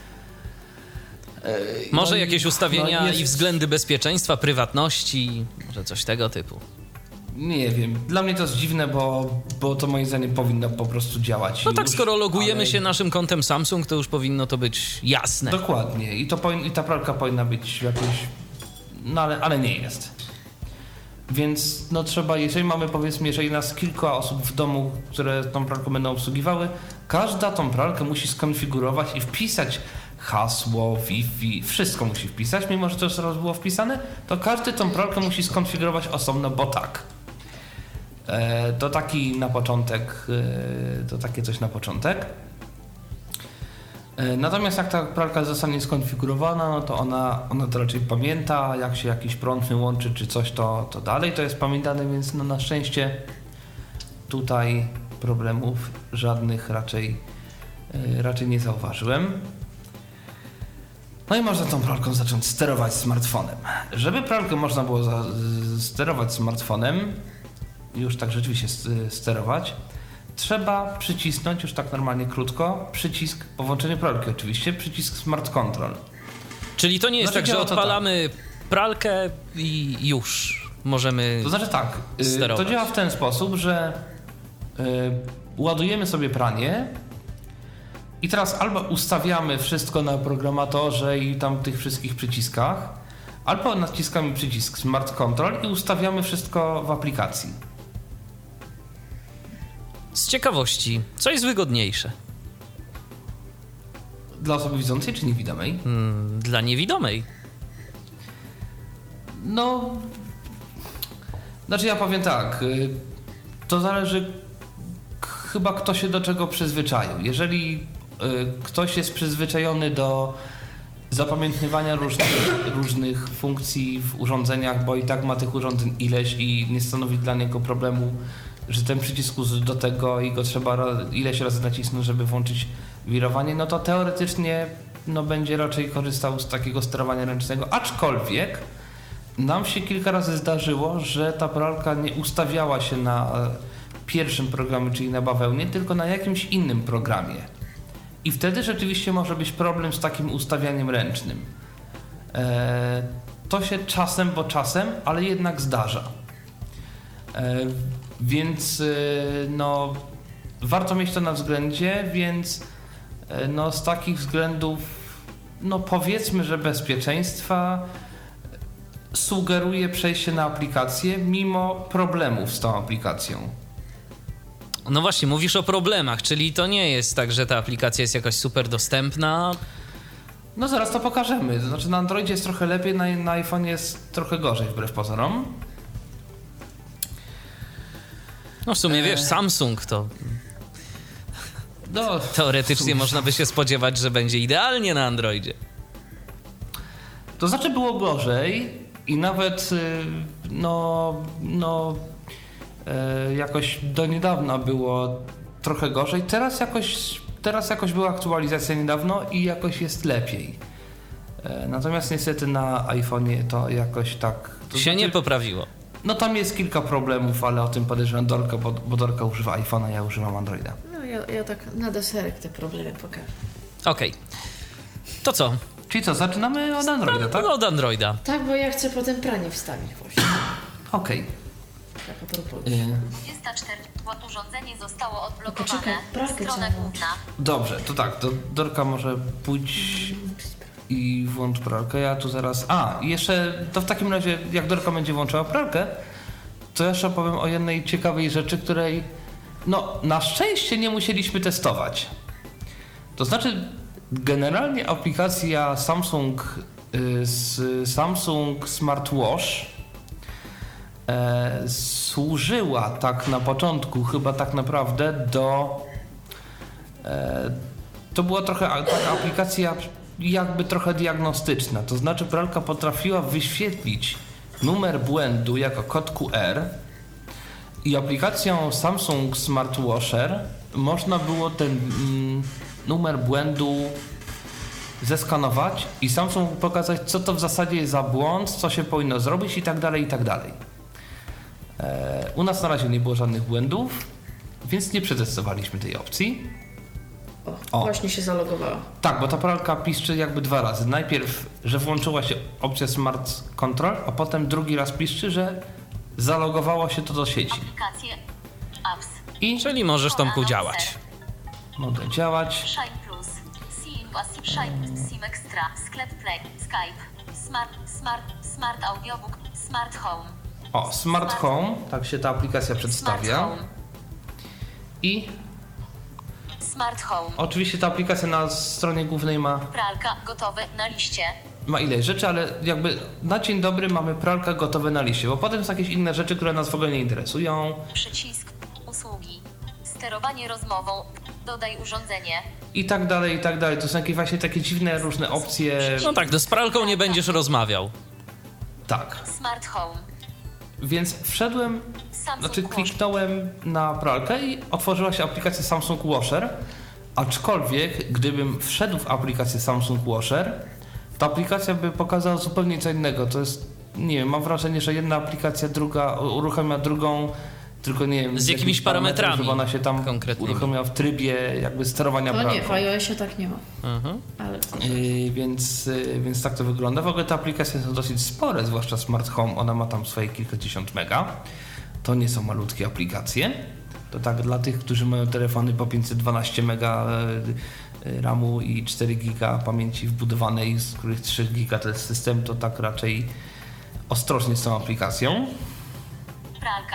Może no jakieś i, ustawienia no jest... i względy bezpieczeństwa, prywatności, może coś tego typu. Nie wiem. Dla mnie to jest dziwne, bo, bo to moim zdaniem powinno po prostu działać. No tak, już, skoro logujemy ale... się naszym kontem Samsung, to już powinno to być jasne. Dokładnie. I, to powin... I ta pralka powinna być jakoś... No ale, ale nie jest. Więc no trzeba, jeżeli mamy powiedzmy, jeżeli nas kilka osób w domu, które tą pralkę będą obsługiwały, każda tą pralkę musi skonfigurować i wpisać hasło, Wi-Fi, wszystko musi wpisać, mimo że to już raz było wpisane, to każdy tą pralkę musi skonfigurować osobno, bo tak. E, to taki na początek, e, to takie coś na początek. E, natomiast jak ta pralka zostanie skonfigurowana, no to ona, ona to raczej pamięta, jak się jakiś prąd wyłączy czy coś, to, to dalej to jest pamiętane, więc no na szczęście tutaj problemów żadnych raczej, e, raczej nie zauważyłem. No i można tą pralką zacząć sterować smartfonem. Żeby pralkę można było za, sterować smartfonem, już tak rzeczywiście sterować, trzeba przycisnąć już tak normalnie krótko przycisk po włączeniu pralki oczywiście, przycisk Smart Control. Czyli to nie jest Znaczy, tak, że działa to odpalamy pralkę i już możemy To znaczy tak, sterować. to działa w ten sposób, że y, ładujemy sobie pranie i teraz albo ustawiamy wszystko na programatorze i tam tych wszystkich przyciskach, albo naciskamy przycisk Smart Control i ustawiamy wszystko w aplikacji. Z ciekawości, co jest wygodniejsze? Dla osoby widzącej czy niewidomej? Hmm, dla niewidomej. No, znaczy ja powiem tak, y, to zależy chyba kto się do czego przyzwyczaił. Jeżeli y, ktoś jest przyzwyczajony do zapamiętywania różnych, różnych funkcji w urządzeniach, bo i tak ma tych urządzeń ileś i nie stanowi dla niego problemu, że ten przycisk do tego i go trzeba ileś razy nacisnąć, żeby włączyć wirowanie, no to teoretycznie no, będzie raczej korzystał z takiego sterowania ręcznego, aczkolwiek nam się kilka razy zdarzyło, że ta pralka nie ustawiała się na pierwszym programie, czyli na bawełnie, tylko na jakimś innym programie. I wtedy rzeczywiście może być problem z takim ustawianiem ręcznym. Eee, to się czasem, bo czasem, ale jednak zdarza. Eee, więc e, no, warto mieć to na względzie, więc e, no, z takich względów, no powiedzmy, że bezpieczeństwa sugeruje przejście na aplikację mimo problemów z tą aplikacją. No właśnie, mówisz o problemach, czyli to nie jest tak, że ta aplikacja jest jakoś super dostępna. No zaraz to pokażemy. To znaczy na Androidzie jest trochę lepiej, na, na iPhone jest trochę gorzej wbrew pozorom. No w sumie Eee. wiesz, Samsung to No, teoretycznie można by się spodziewać, że będzie idealnie na Androidzie. To znaczy było gorzej i nawet no, no e, jakoś do niedawna było trochę gorzej. Teraz jakoś, teraz jakoś była aktualizacja niedawno i jakoś jest lepiej. E, natomiast niestety na iPhone'ie to jakoś tak... To się znaczy, nie poprawiło. No tam jest kilka problemów, ale o tym podejrzewam Dorka, bo, bo Dorka używa iPhone'a, ja używam Androida. No ja, ja tak na deserek te problemy pokażę. Okej. Okay. To co? Czyli co, zaczynamy od Androida, tak? No od Androida. Tak, bo ja chcę potem pranie wstawić właśnie. Okej. Tak, a propos. Y, dwadzieścia cztery. Urządzenie zostało No odblokowane. poczekaj, pralkę Strona trzeba główna. Dobrze, to tak, to Dorka może pójdź i włącz pralkę. Ja tu zaraz... A, i jeszcze to w takim razie, jak Dorka będzie włączała pralkę, to jeszcze powiem o jednej ciekawej rzeczy, której no na szczęście nie musieliśmy testować. To znaczy generalnie aplikacja Samsung y, z Samsung Smartwatch e, służyła tak na początku chyba tak naprawdę do e, to była trochę a- taka aplikacja jakby trochę diagnostyczna, to znaczy pralka potrafiła wyświetlić numer błędu jako kod Q R i aplikacją Samsung Smartwatcher można było ten mm, numer błędu zeskanować i Samsung pokazać, co to w zasadzie jest za błąd, co się powinno zrobić i tak dalej, i tak dalej. E, u nas na razie nie było żadnych błędów, więc nie przetestowaliśmy tej opcji. O, O. właśnie się zalogowała. Tak, bo ta pralka piszczy jakby dwa razy. Najpierw, że włączyła się opcja Smart Control, a potem drugi raz piszczy, że zalogowało się to do sieci. Aplikacje. Apps. I Czyli możesz, Tomku, działać. mogę działać. Shine Plus. Sim Passive Shine. Sim Extra. Sklep Play. Skype. Smart. Smart. Smart Audiobook. Smart Home. O, Smart Home, tak się ta aplikacja Smart przedstawia. Home. I Smart Home. oczywiście ta aplikacja na stronie głównej ma, Pralka gotowe na liście. ma ileś rzeczy, ale jakby na dzień dobry mamy pralkę gotowe na liście, bo potem są jakieś inne rzeczy, które nas w ogóle nie interesują. Przycisk. Usługi. Sterowanie rozmową. Dodaj urządzenie. I tak dalej, i tak dalej. To są jakieś właśnie takie dziwne, różne opcje. No tak, to z pralką nie będziesz rozmawiał. Tak. Smart Home. Więc wszedłem, Samsung znaczy Watch. kliknąłem na pralkę i otworzyła się aplikacja Samsung Washer. Aczkolwiek, gdybym wszedł w aplikację Samsung Washer, ta aplikacja by pokazała zupełnie co innego. To jest, nie wiem, mam wrażenie, że jedna aplikacja, druga uruchamia drugą, tylko nie wiem... Z jakimiś parametrami żeby ona się tam konkretnymi. uruchomiła w trybie jakby sterowania To pralką. nie, w iOSie tak nie ma. Mhm. Ale Yy, więc, yy, więc tak to wygląda. W ogóle te aplikacje są dosyć spore, zwłaszcza Smart Home. Ona ma tam swoje kilkadziesiąt mega. To nie są malutkie aplikacje. To tak dla tych, którzy mają telefony po pięćset dwanaście mega yy, ramu i cztery giga pamięci wbudowanej, z których trzy giga to jest system, to tak raczej ostrożnie z tą aplikacją. Pralka.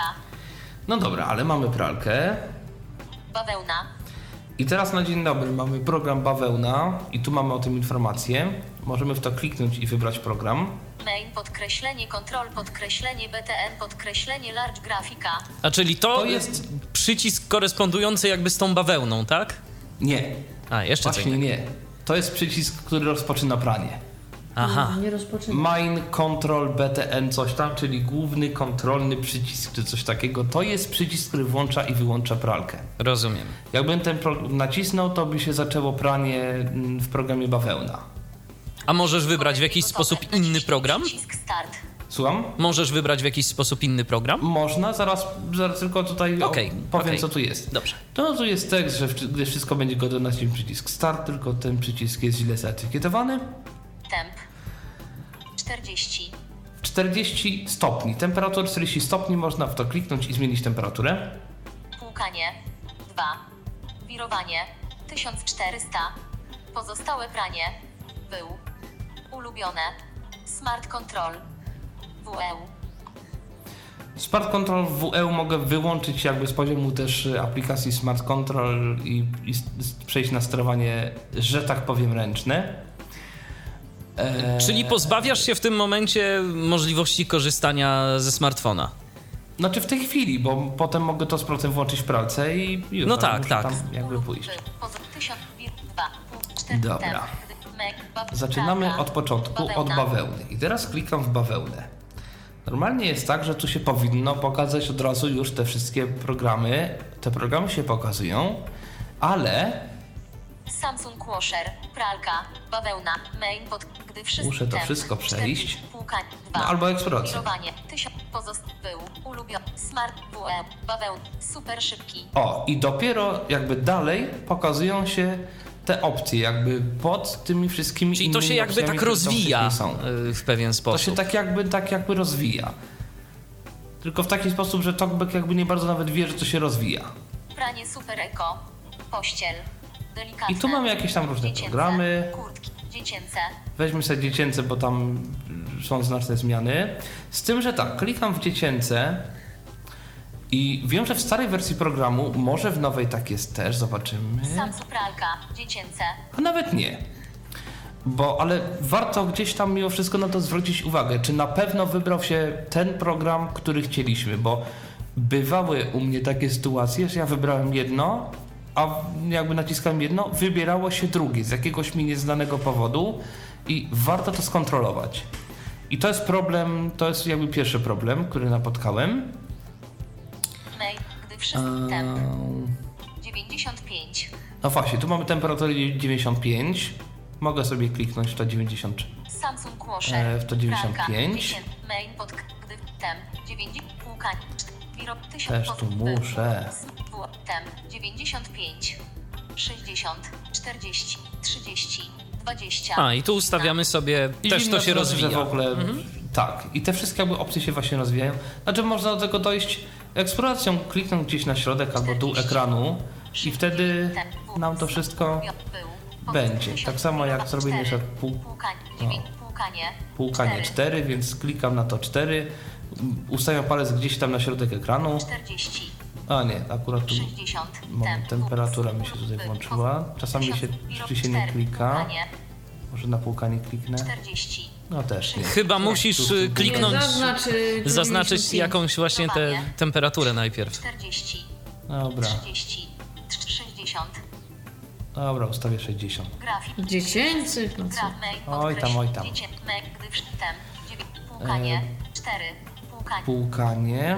No dobra, ale mamy pralkę. Bawełna. I teraz na dzień dobry mamy program Bawełna i tu mamy o tym informację. Możemy w to kliknąć i wybrać program. Main podkreślenie control podkreślenie B T N podkreślenie large grafika. A czyli to, To jest jest- przycisk korespondujący jakby z tą bawełną, tak? Nie, A, jeszcze co właśnie innego. nie. To jest przycisk, który rozpoczyna pranie. Aha. nie rozpoczyna. Main Control B T N coś tam, czyli główny kontrolny przycisk czy coś takiego. To jest przycisk, który włącza i wyłącza pralkę. Rozumiem. Jakbym ten pro- nacisnął, to by się zaczęło pranie mm, w programie Bawełna. A możesz wybrać w jakiś Gotowe. sposób inny Naciśnij program? Przycisk start. Słucham? Możesz wybrać w jakiś sposób inny program? Można, zaraz, zaraz tylko tutaj o- Okej, powiem, okej. co tu jest. Dobrze. To tu jest tekst, że w- gdy wszystko będzie gotowe, naciśnij przycisk start, tylko ten przycisk jest źle zaetykietowany. Temp. czterdzieści. czterdzieści stopni. Temperatura czterdzieści stopni, można w to kliknąć i zmienić temperaturę. Płukanie. dwa. Wirowanie. tysiąc czterysta. Pozostałe pranie. Był. Ulubione. Smart Control. W E. Smart Control W E mogę wyłączyć jakby z poziomu też y, aplikacji Smart Control i, i s- s- przejść na sterowanie, że tak powiem, ręczne. Eee, Czyli pozbawiasz się w tym momencie możliwości korzystania ze smartfona. Znaczy w tej chwili, bo potem mogę to z powrotem włączyć w pralce i już No ale tak, muszę tak. tam jakby pójść. Był. Pozo- tysiąc. Wir. dwa. Pół. cztery. Dobra. Temp. Meg. Ba- Zaczynamy pralka. od początku, od Bawełna. bawełny. I teraz klikam w bawełnę. Normalnie jest tak, że tu się powinno pokazać od razu już te wszystkie programy. Te programy się pokazują, ale Samsung Washer. Pralka. Bawełna. Main pod... Gdy wszystko... Muszę to temp. wszystko przejść. cztery. Płukanie. dwa. No, albo eksploracja. Wirowanie. tysiąc. Pozost... Był. Ulubiony. Smart. W E. Bawełna. Super szybki. o, i dopiero jakby dalej pokazują się te opcje, jakby pod tymi wszystkimi Czyli to się innymi jakby opcjami, tak które tam rozwija wcześniej są. y, w pewien To sposób. się tak jakby, tak jakby rozwija. tylko w taki sposób, że TalkBack jakby nie bardzo nawet wie, że to się rozwija. Pranie Super Eco. Pościel. Delikatne. I tu mamy jakieś tam różne Dziecięce. programy. Kurtki. Dziecięce. Weźmy sobie dziecięce, bo tam są znaczne zmiany. Z tym, że tak, klikam w dziecięce i wiem, że w starej wersji programu, może w nowej tak jest też, zobaczymy. Samsung pralka. Dziecięce. A nawet nie. Bo, ale warto gdzieś tam mimo wszystko na to zwrócić uwagę, czy na pewno wybrał się ten program, który chcieliśmy, bo bywały u mnie takie sytuacje, że ja wybrałem jedno, a jakby naciskałem jedno, wybierało się drugie z jakiegoś mi nieznanego powodu i warto to skontrolować. I to jest problem, to jest jakby pierwszy problem, który napotkałem. Mail. Gdy wszystko. Temp. dziewięćdziesiąt pięć. No właśnie, tu mamy temperaturę dziewięćdziesiąt pięć. Mogę sobie kliknąć w to dziewięćdziesiąt trzy. Samsung Washer. E, w to dziewięćdziesiąt pięć. Pralka. Main pod. Gdy. Temp. dziewięćdziesiąt. Płukanie. Wiro. tysiąc. Też tu muszę. Temp. dziewięćdziesiąt pięć. sześćdziesiąt. czterdzieści. trzydzieści. dwadzieścia. A, i tu ustawiamy sobie, I też to zimno się znaczy, że rozwija. w ogóle, Mhm. Tak, i te wszystkie jakby opcje się właśnie rozwijają. Znaczy można do tego dojść eksploracją, kliknąć gdzieś na środek albo dół ekranu i wtedy nam to wszystko będzie. Tak samo jak zrobimy jeszcze pół, Płukanie. Płukanie. półkanie cztery, więc klikam na to cztery, ustawiam palec gdzieś tam na środek ekranu. czterdzieści. A nie, akurat tu sześćdziesiąt. moment, temperatura mi się tutaj włączyła. Czasami się rzeczywiście nie klika. Może na półkanie kliknę. czterdzieści. No też nie. Chyba musisz Tu- tu- y, tu- kliknąć, Zaznaczy zaznaczyć dziewięćdziesiąt pięć. jakąś właśnie tę temperaturę najpierw. czterdzieści. Dobra, trzydzieści. sześćdziesiąt. dobra, ustawię sześćdziesiąt. Grafik. Dziecięcych, no co? Graf mail. Oj tam, oj tam. Dziecię. Mail. Gdy wsztem. Płukanie. cztery. Płukanie. Półkanie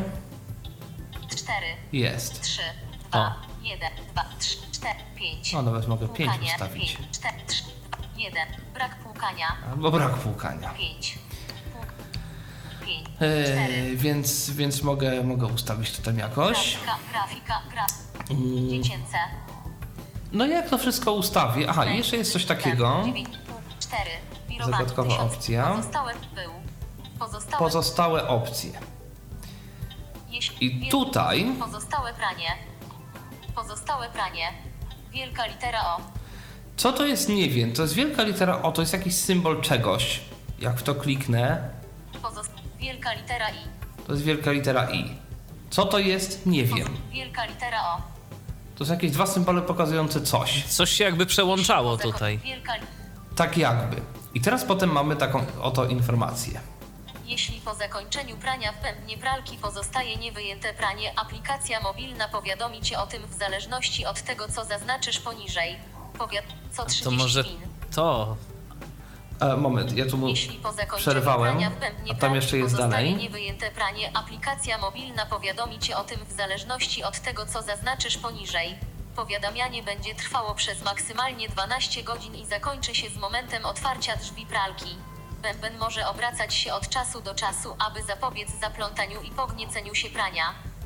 cztery. jest. trzy. dwa. jeden. dwa. trzy. cztery. pięć. No nawet mogę pięć Płukanie. ustawić. pięć, cztery. trzy. dwa. jeden. Brak płukania. Albo brak płukania. pięć. Płuk. pięć. Eee, cztery. więc więc mogę, mogę ustawić to tam jakoś. Grafika. Grafika. Graf. Mm, Dziecięce. no jak to wszystko ustawię? Aha, i jeszcze jest coś takiego. cztery. Zagadkowa opcja. Pozostałe był. Pozostałe. Pozostałe opcje. Jeśli I tutaj Pozostałe pranie. Pozostałe pranie. Wielka litera O. co to jest, nie wiem. To jest wielka litera O, to jest jakiś symbol czegoś. Jak w to kliknę, Pozost... Wielka litera I. to jest wielka litera I. Co to jest, nie wiem. Wielka litera O. To są jakieś dwa symbole pokazujące coś. Coś się jakby przełączało Zako- tutaj. Wielka... Tak jakby. I teraz potem mamy taką oto informację. Jeśli po zakończeniu prania w bębnie pralki pozostaje niewyjęte pranie, aplikacja mobilna powiadomi Cię o tym w zależności od tego, co zaznaczysz poniżej. Powiad... Co trzydzieści To może min. to. E, moment, ja tu mu Jeśli po zakończeniu przerwałem, prania w bębnie a tam pralki jeszcze jest pozostaje dalej. niewyjęte pranie, aplikacja mobilna powiadomi Cię o tym w zależności od tego, co zaznaczysz poniżej. Powiadamianie będzie trwało przez maksymalnie dwanaście godzin i zakończy się z momentem otwarcia drzwi pralki. Bęben może obracać się od czasu do czasu, aby zapobiec zaplątaniu i pognieceniu się prania.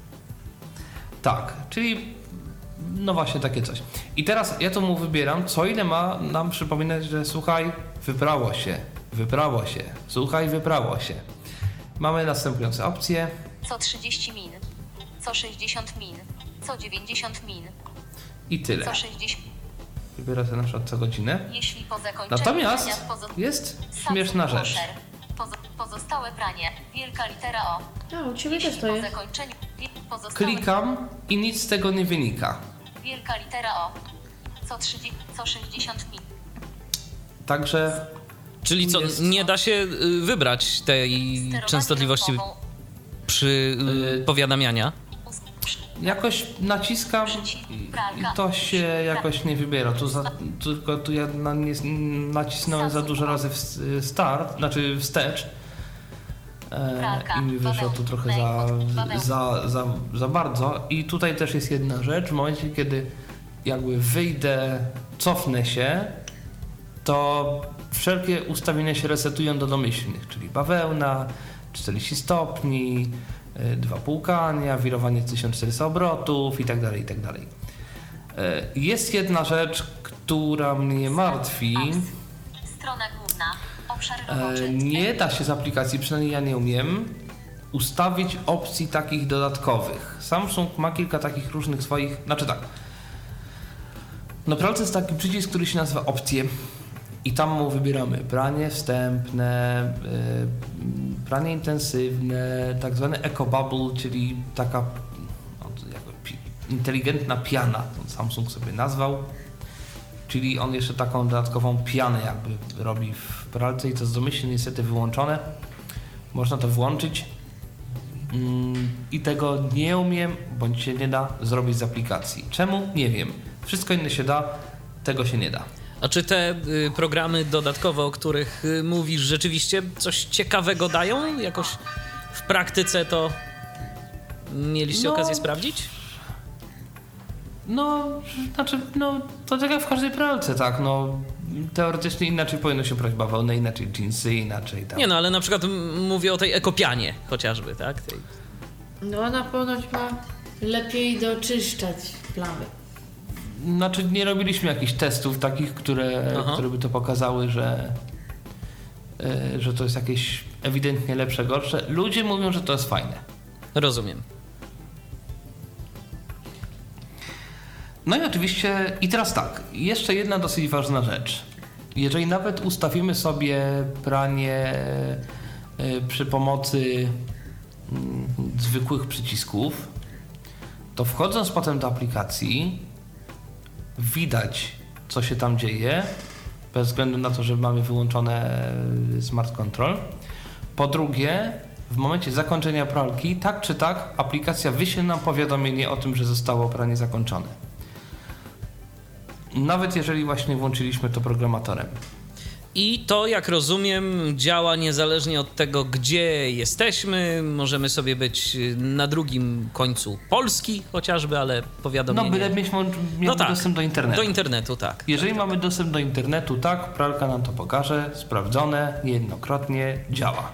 Tak, czyli no właśnie takie coś. I teraz ja tu mu wybieram, co ile ma nam przypominać, że słuchaj, wyprało się, wyprało się, słuchaj, wyprało się. Mamy następujące opcje Co trzydzieści min. Co sześćdziesiąt min. Co dziewięćdziesiąt min. i tyle. Co sześćdziesiąt. Wybiorę sobie na przykład co godzinę. Jeśli po zakończeniu Natomiast prania pozo- jest Samsung śmieszna rzecz. Washer. Pozo- pozostałe pranie. Wielka litera O. A, u Ciebie Jeśli też to po jest. zakończeniu wie- pozostałe Klikam i nic z tego nie wynika. Wielka litera O. Co trzydzieści, co sześćdziesiąt min. Także Czyli co, Jest. nie da się y, wybrać tej Sterowanie częstotliwości rozmową. przy y, powiadamiania? Us- jakoś naciskam i, i to się jakoś nie wybiera. Tu za, tylko tu ja na, nie, nacisnąłem za dużo razy w start, znaczy wstecz. E, I mi wyszło tu trochę za, za, za, za bardzo. I tutaj też jest jedna rzecz. W momencie, kiedy jakby wyjdę, cofnę się, to wszelkie ustawienia się resetują do domyślnych, czyli bawełna, czterdzieści stopni, y, dwa płukania, wirowanie tysiąc czterysta obrotów i tak dalej, i tak dalej. Y, Jest jedna rzecz, która mnie martwi. Strona główna. Obszar E, roboczy. Nie da się z aplikacji, przynajmniej ja nie umiem, ustawić opcji takich dodatkowych. Samsung ma kilka takich różnych swoich, znaczy tak, na pralce jest taki przycisk, który się nazywa opcje i tam mu wybieramy pranie wstępne, yy, pranie intensywne, tak zwany eco bubble, czyli taka no, jakby pi- inteligentna piana, to Samsung sobie nazwał, czyli on jeszcze taką dodatkową pianę jakby robi w pralce i to jest domyślnie niestety wyłączone. Można to włączyć yy, i tego nie umiem, bądź się nie da zrobić z aplikacji. Czemu? Nie wiem. Wszystko inne się da, tego się nie da. A czy te y, programy dodatkowe, o których y, mówisz, rzeczywiście coś ciekawego dają? Jakoś w praktyce to mieliście No, okazję sprawdzić? No, znaczy, no, to tak jak w każdej pralce, tak, no, teoretycznie inaczej powinno się prać bawełnę, inaczej dżinsy, inaczej tam. Nie no, ale na przykład m- mówię o tej ekopianie chociażby, tak? Tej... No ona ponoć ma lepiej doczyszczać plamy. Znaczy, nie robiliśmy jakichś testów takich, które, które by to pokazały, że, yy, że to jest jakieś ewidentnie lepsze, gorsze. Ludzie mówią, że to jest fajne. Rozumiem. No i oczywiście, i teraz tak, jeszcze jedna dosyć ważna rzecz. Jeżeli nawet ustawimy sobie pranie y, przy pomocy y, zwykłych przycisków, to wchodząc potem do aplikacji widać, co się tam dzieje, bez względu na to, że mamy wyłączone Smart Control. Po drugie, w momencie zakończenia pralki, tak czy tak, aplikacja wyśle nam powiadomienie o tym, że zostało pranie zakończone. Nawet jeżeli właśnie włączyliśmy to programatorem. I to, jak rozumiem, działa niezależnie od tego, gdzie jesteśmy. Możemy sobie być na drugim końcu Polski chociażby, ale powiadomienie... No, byle mieć no tak, dostęp do internetu. Do internetu, tak. Jeżeli tak, mamy tak. dostęp do internetu, tak, pralka nam to pokaże, sprawdzone, niejednokrotnie, działa.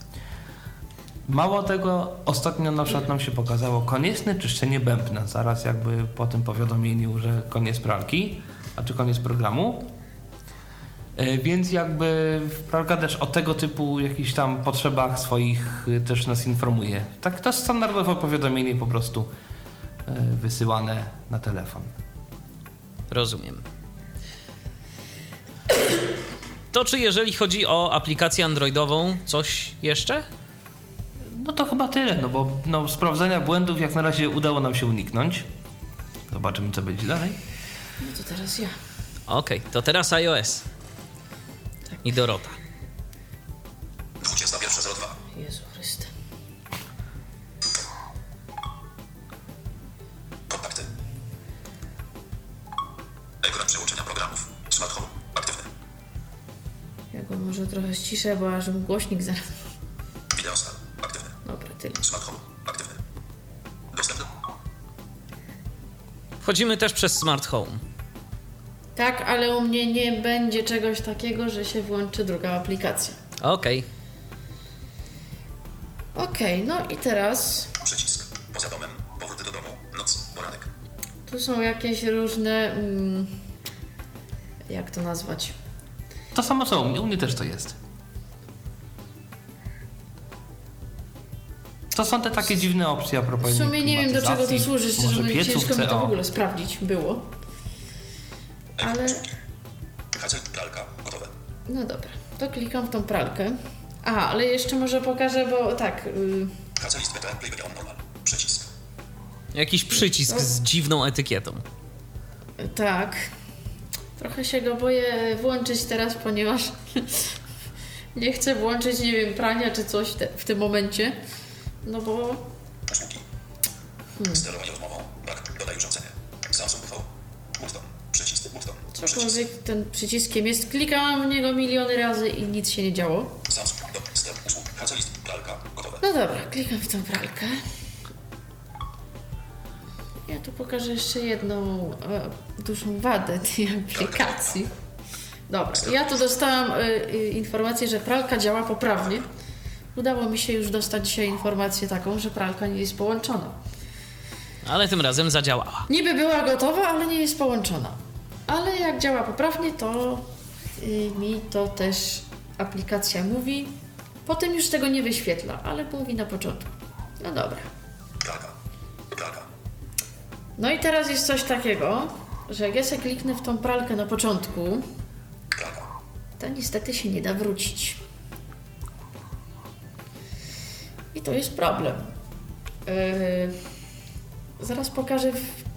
Mało tego, ostatnio na przykład nam się pokazało konieczne czyszczenie bębna, zaraz jakby po tym powiadomieniu, że koniec pralki, a czy koniec programu. Yy, więc jakby pralka też o tego typu jakichś tam potrzebach swoich yy, też nas informuje. Tak, to jest standardowe powiadomienie po prostu yy, wysyłane na telefon. Rozumiem. To czy jeżeli chodzi o aplikację androidową, coś jeszcze? No to chyba tyle, no bo no, sprawdzenia błędów jak na razie udało nam się uniknąć. Zobaczymy, co będzie dalej. No to teraz ja. Okej, okay, to teraz iOS. Tak. I Dorota. dwudziesta pierwsza zero dwa. Jezu Chryste. Kontakty. Ekran przełączenia programów. Smart Home. Aktywny. Ja go może trochę ściszę, bo aż mu głośnik zaraz... Wideostal. Aktywny. Dobra, tyle. Smart Home. Aktywny. Dostępny. Wchodzimy też przez Smart Home. Tak, ale u mnie nie będzie czegoś takiego, że się włączy druga aplikacja. Okej. Okej, okay, no i teraz Przycisk. Poza domem. Powrót do domu. Noc. Poranek. tu są jakieś różne... Mm, jak to nazwać? To samo co u mnie, u mnie też to jest. To są te takie dziwne opcje a propos W sumie nie wiem, do czego to służy, szczerze może mówiąc, pieców ciężko mi to w C O. ogóle sprawdzić było. Ale... H C, pralka. Gotowe. No dobra, to klikam w tą pralkę. A, ale jeszcze może pokażę, bo tak... Yy, H C list beta play video on normal. Przycisk. Jakiś przycisk z dziwną etykietą. tak. Trochę się go boję włączyć teraz, ponieważ nie chcę włączyć, nie wiem, prania czy coś te, w tym momencie. No bo... Usługi. Sterowanie rozmową. Brak. Dodaj urządzenie. Samsung V. Button. Przycisk. Button. Przycisk. Cokolwiek ten przyciskiem jest, klikałam w niego miliony razy i nic się nie działo. Samsung. Do. Step. Usług. H C list. Pralka. Gotowe. No dobra, klikam w tą pralkę. Ja tu pokażę jeszcze jedną e, dużą wadę tej aplikacji. Dobra, ja tu dostałam e, e, informację, że pralka działa poprawnie. Udało mi się już dostać dzisiaj informację taką, że pralka nie jest połączona. Ale tym razem zadziałała. Niby była gotowa, ale nie jest połączona. Ale jak działa poprawnie, to y, mi to też aplikacja mówi, Potem już tego nie wyświetla, ale mówi na początku. No dobra. Pralka. Pralka. No i teraz jest coś takiego, że jak ja sobie kliknę w tą pralkę na początku, Pralka. to niestety się nie da wrócić. I to jest problem. Yy, zaraz pokażę, w,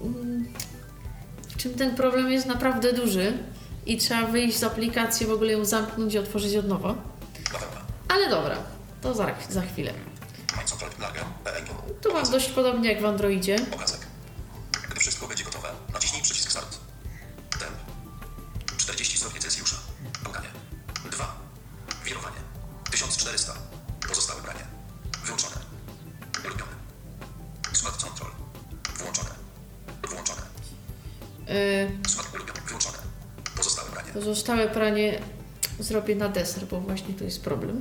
w czym ten problem jest naprawdę duży i trzeba wyjść z aplikacji, w ogóle ją zamknąć i otworzyć od nowa. Bawełna. Ale dobra, to za, za chwilę. Mindcontrol Lager. P N G. Tu mam dość podobnie jak w Androidzie. Obrazek. Gdy wszystko będzie gotowe, naciśnij przycisk Start. Temp. czterdzieści stopni Celsjusza. Płukanie. dwa. Wirowanie. tysiąc czterysta. Pozostałe branie. Wyłączone. Ulubione. Smart Control. Włączone. Włączone. Yy, Smart ulubione. Wyłączone. Pozostałe branie. pozostałe pranie zrobię na deser, bo właśnie tu jest problem.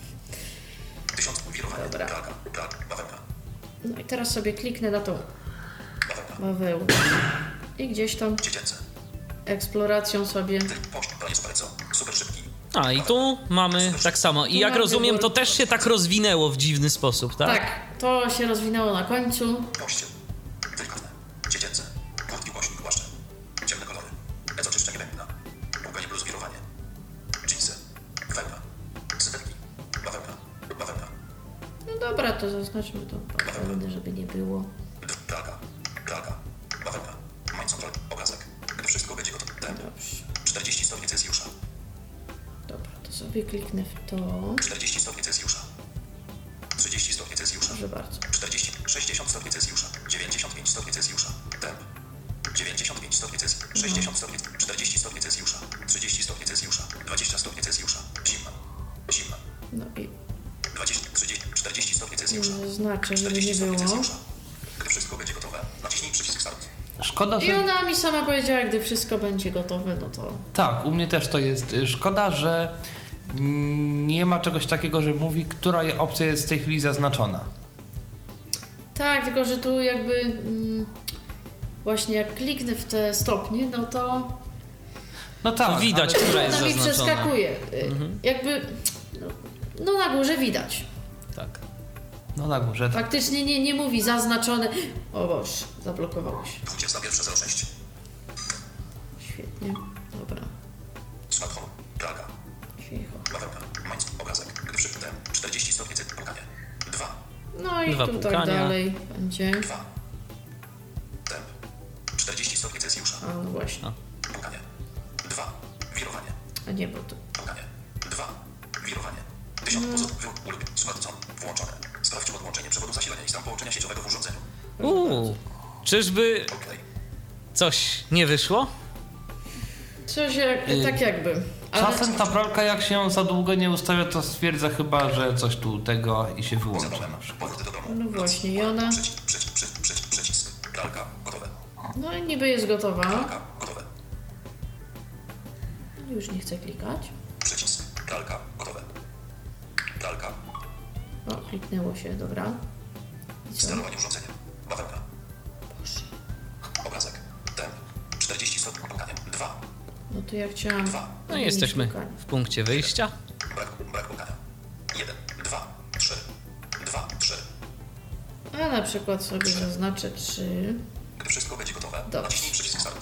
tysiąc. Wirowanie. Dobra. Pralka. Pralka. Bawełna. No i teraz sobie kliknę na tą Bawełna. bawełnę i gdzieś tam Dziecięce. eksploracją sobie. Tryb. Pościół. Pranie z palecą. Super szybki. A i tu mamy tak samo. I Tu jak mamy rozumiem, to wybór. też się tak rozwinęło w dziwny sposób, tak? Tak, to się rozwinęło na końcu. Pościel. Delikatne. Dziecięce. Kurtki, głośnik, płaszcze. Ciemne kolory. Bezoczyszczenie bębna. Płukanie plus wirowanie. Dżinsy. Wełna. Sylwetki. Bawełna. Bawełna. No dobra, to zaznaczmy to bawełnę, żeby nie było. D- Pralka. Pralka. Bawełna. Mindcontrol. Obrazek. Gdy wszystko będzie gotowe. Temp. Dobrze. czterdzieści stopni Celsjusza. Dobra, to sobie kliknę w to. czterdzieści stopni Celsjusza. trzydzieści stopni Celsjusza. Proszę bardzo. czterdzieści. sześćdziesiąt stopni Celsjusza. dziewięćdziesiąt pięć stopni Celsjusza. Temp. dziewięćdziesiąt pięć stopni Celsjusza. sześćdziesiąt stopni. czterdzieści stopni Celsjusza. trzydzieści stopni Celsjusza. dwadzieścia stopni Celsjusza. Zimna. Zimna. No i dwadzieścia, trzydzieści, czterdzieści stopni Celsjusza. zaznaczę, żeby nie czterdzieści stopni było. Celsjusza. Gdy wszystko będzie gotowe, naciśnij przycisk Start. Szkoda, I że... ona mi sama powiedziała, gdy wszystko będzie gotowe, no to... Tak, u mnie też to jest. y, Szkoda, że mm, nie ma czegoś takiego, że mówi, która je- opcja jest w tej chwili zaznaczona. Tak, tylko że tu jakby... Mm, właśnie jak kliknę w te stopnie, no to... No tak. To widać, ale- która jest Ona mi zaznaczona. przeskakuje. Y, Jakby... No, no na górze widać. Tak. No na górze. Tak. Faktycznie nie, nie mówi zaznaczone. O Boże, zablokowało się. dwadzieścia jeden zero sześć. Świetnie. Dobra. Smart Home. Pralka. Cicho. Bawełna. Mainz. Obrazek. Gdy wszystko ten. czterdzieści stopni Celsjusza. Płukanie. dwa. No i Dwa tu tak pukania. dalej będzie. dwa. Temp. czterdzieści stopni Celsjusza. A no właśnie. Płukanie. dwa. Wirowanie. A nie, bo tu... Płukanie. dwa. Wirowanie. tysiąc. Pozostałe. Ulubione. Smart Zone. Włączone. Sprawdź podłączenie przewodu zasilania i stan połączenia sieciowego w urządzeniu. Uuu. Czyżby OK. coś nie wyszło? Coś jak, Y, tak jakby. Ale Czasem ta pralka, jak się za długo nie ustawia, to stwierdza chyba, że coś tu tego i się wyłącza na przykład. Powrót do domu. No właśnie, i ona... Przycisk. Przycisk. Przycisk. Przycisk. Przycisk. Pralka. Gotowe. No i niby jest gotowa. Pralka. Gotowe. Już nie chcę klikać. Przycisk. Pralka. Gotowe. Pralka. O, kliknęło się, dobra. I co? Sterowanie urządzenia. Bawełna. Boże. Obrazek. Temp. czterdzieści stopni. Płukanie. dwa. No to ja chciałam... dwa. No i jesteśmy w punkcie wyjścia. Brak. Brak płukania. jeden. dwa. trzy. dwa. trzy. A na przykład sobie zaznaczę trzy. Gdy wszystko będzie gotowe, Dobrze. naciśnij przycisk Start.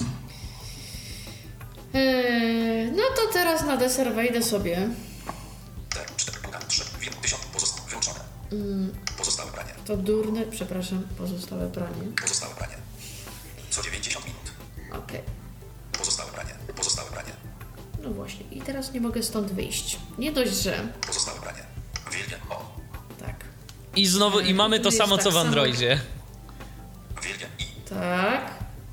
Eee, no to teraz na deser wejdę sobie. Temp. cztery. Płukanie. trzy. tysiąc. Pozostałe. Wyłączone. Pozostałe branie. To durne, przepraszam, pozostałe pranie. Pozostałe branie. Co dziewięćdziesiąt minut. Okej. Pozostałe branie. Pozostałe branie. No właśnie, i teraz nie mogę stąd wyjść. Nie dość, że... Pozostałe branie. Wilgen. O. Tak. I znowu, i mamy to Jest samo tak co w samo. Androidzie. Wilgen. I. Tak.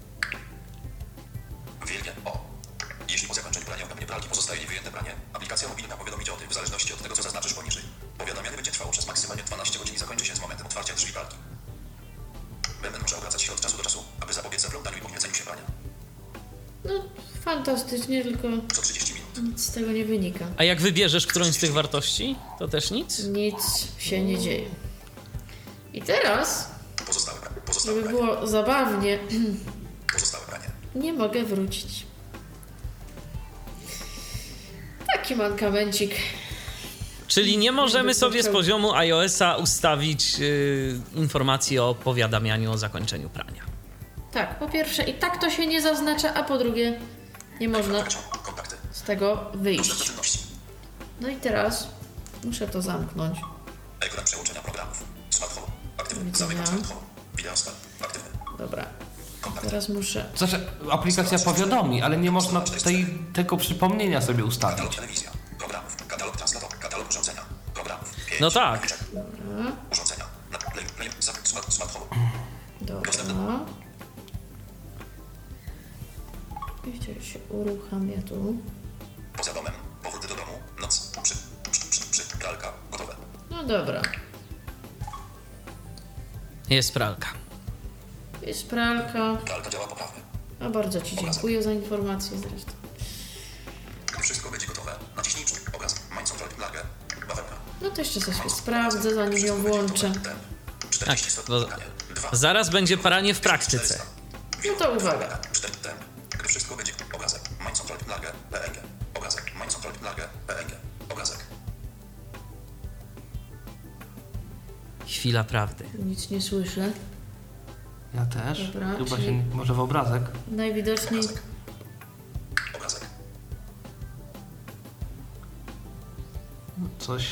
Wilgen. O. Jeśli po zakończeniu prania w pełni pralki pozostaje niewyjęte pranie, aplikacja mobilna powiadomi cię o tym w zależności od tego, co zaznaczysz poniżej. Powiadamianie będzie trwało przez maksymalnie dwanaście godzin i zakończy się z momentem otwarcia drzwi pralki. Będę musiał obracać się od czasu do czasu, aby zapobiec zaplątaniu i pognieceniu się prania. No, fantastycznie, tylko Co trzydzieści minut. nic z tego nie wynika. A jak wybierzesz którąś z tych wartości, to też nic? Nic się nie dzieje. I teraz, Pozostałe branie. Pozostałe żeby branie. było zabawnie, Pozostałe branie. nie mogę wrócić. Taki mankamencik. Czyli nie możemy Jakby sobie z chciał- poziomu iOS-a ustawić yy, informacji o powiadamianiu o zakończeniu prania. Tak, po pierwsze i tak to się nie zaznacza, a po drugie nie można Kontakty. z tego Dostęp do wyjść. czynności. No i teraz muszę to zamknąć. Ekran przełączenia programów. Smartphone. Aktywny. Widzenia. Zamykam smartphone. Wideostat. Aktywny. Dobra. Kontakty. Teraz muszę... Znaczy, aplikacja powiadomi, ale nie można tej, tego przypomnienia sobie Katalog ustawić. telewizja. Programów. Katalog translator. Katalog urządzenia. Programów. Pięć. No tak. Guziczek. Urządzenia. Na play, play, zamk- smart, smartphone. Dobra. I gdzieś się uruchamia tu. Poza domem. Powrót do domu. Noc. Przy. Przy. Przy. przy. Pralka. Gotowe. No dobra. Jest pralka. Jest pralka. Pralka działa poprawnie. A bardzo Ci dziękuję za informację zresztą. Gdy wszystko będzie gotowe, naciśnij przycisk obraz. Mein Control Lage. Bawełna. No to jeszcze coś sprawdzę, zanim ją włączę. Tak, bo zaraz będzie pranie w praktyce. No to uwaga. Gdy wszystko będzie obrazek. Mein Control Lage. P N G. Obrazek. Mein Control Lage. P N G. Obrazek. Chwila prawdy. Nic nie słyszę. Ja też. Dobra, Chyba czyli- się może w obrazek. Najwidoczniej... Obrazek. Obrazek. Coś.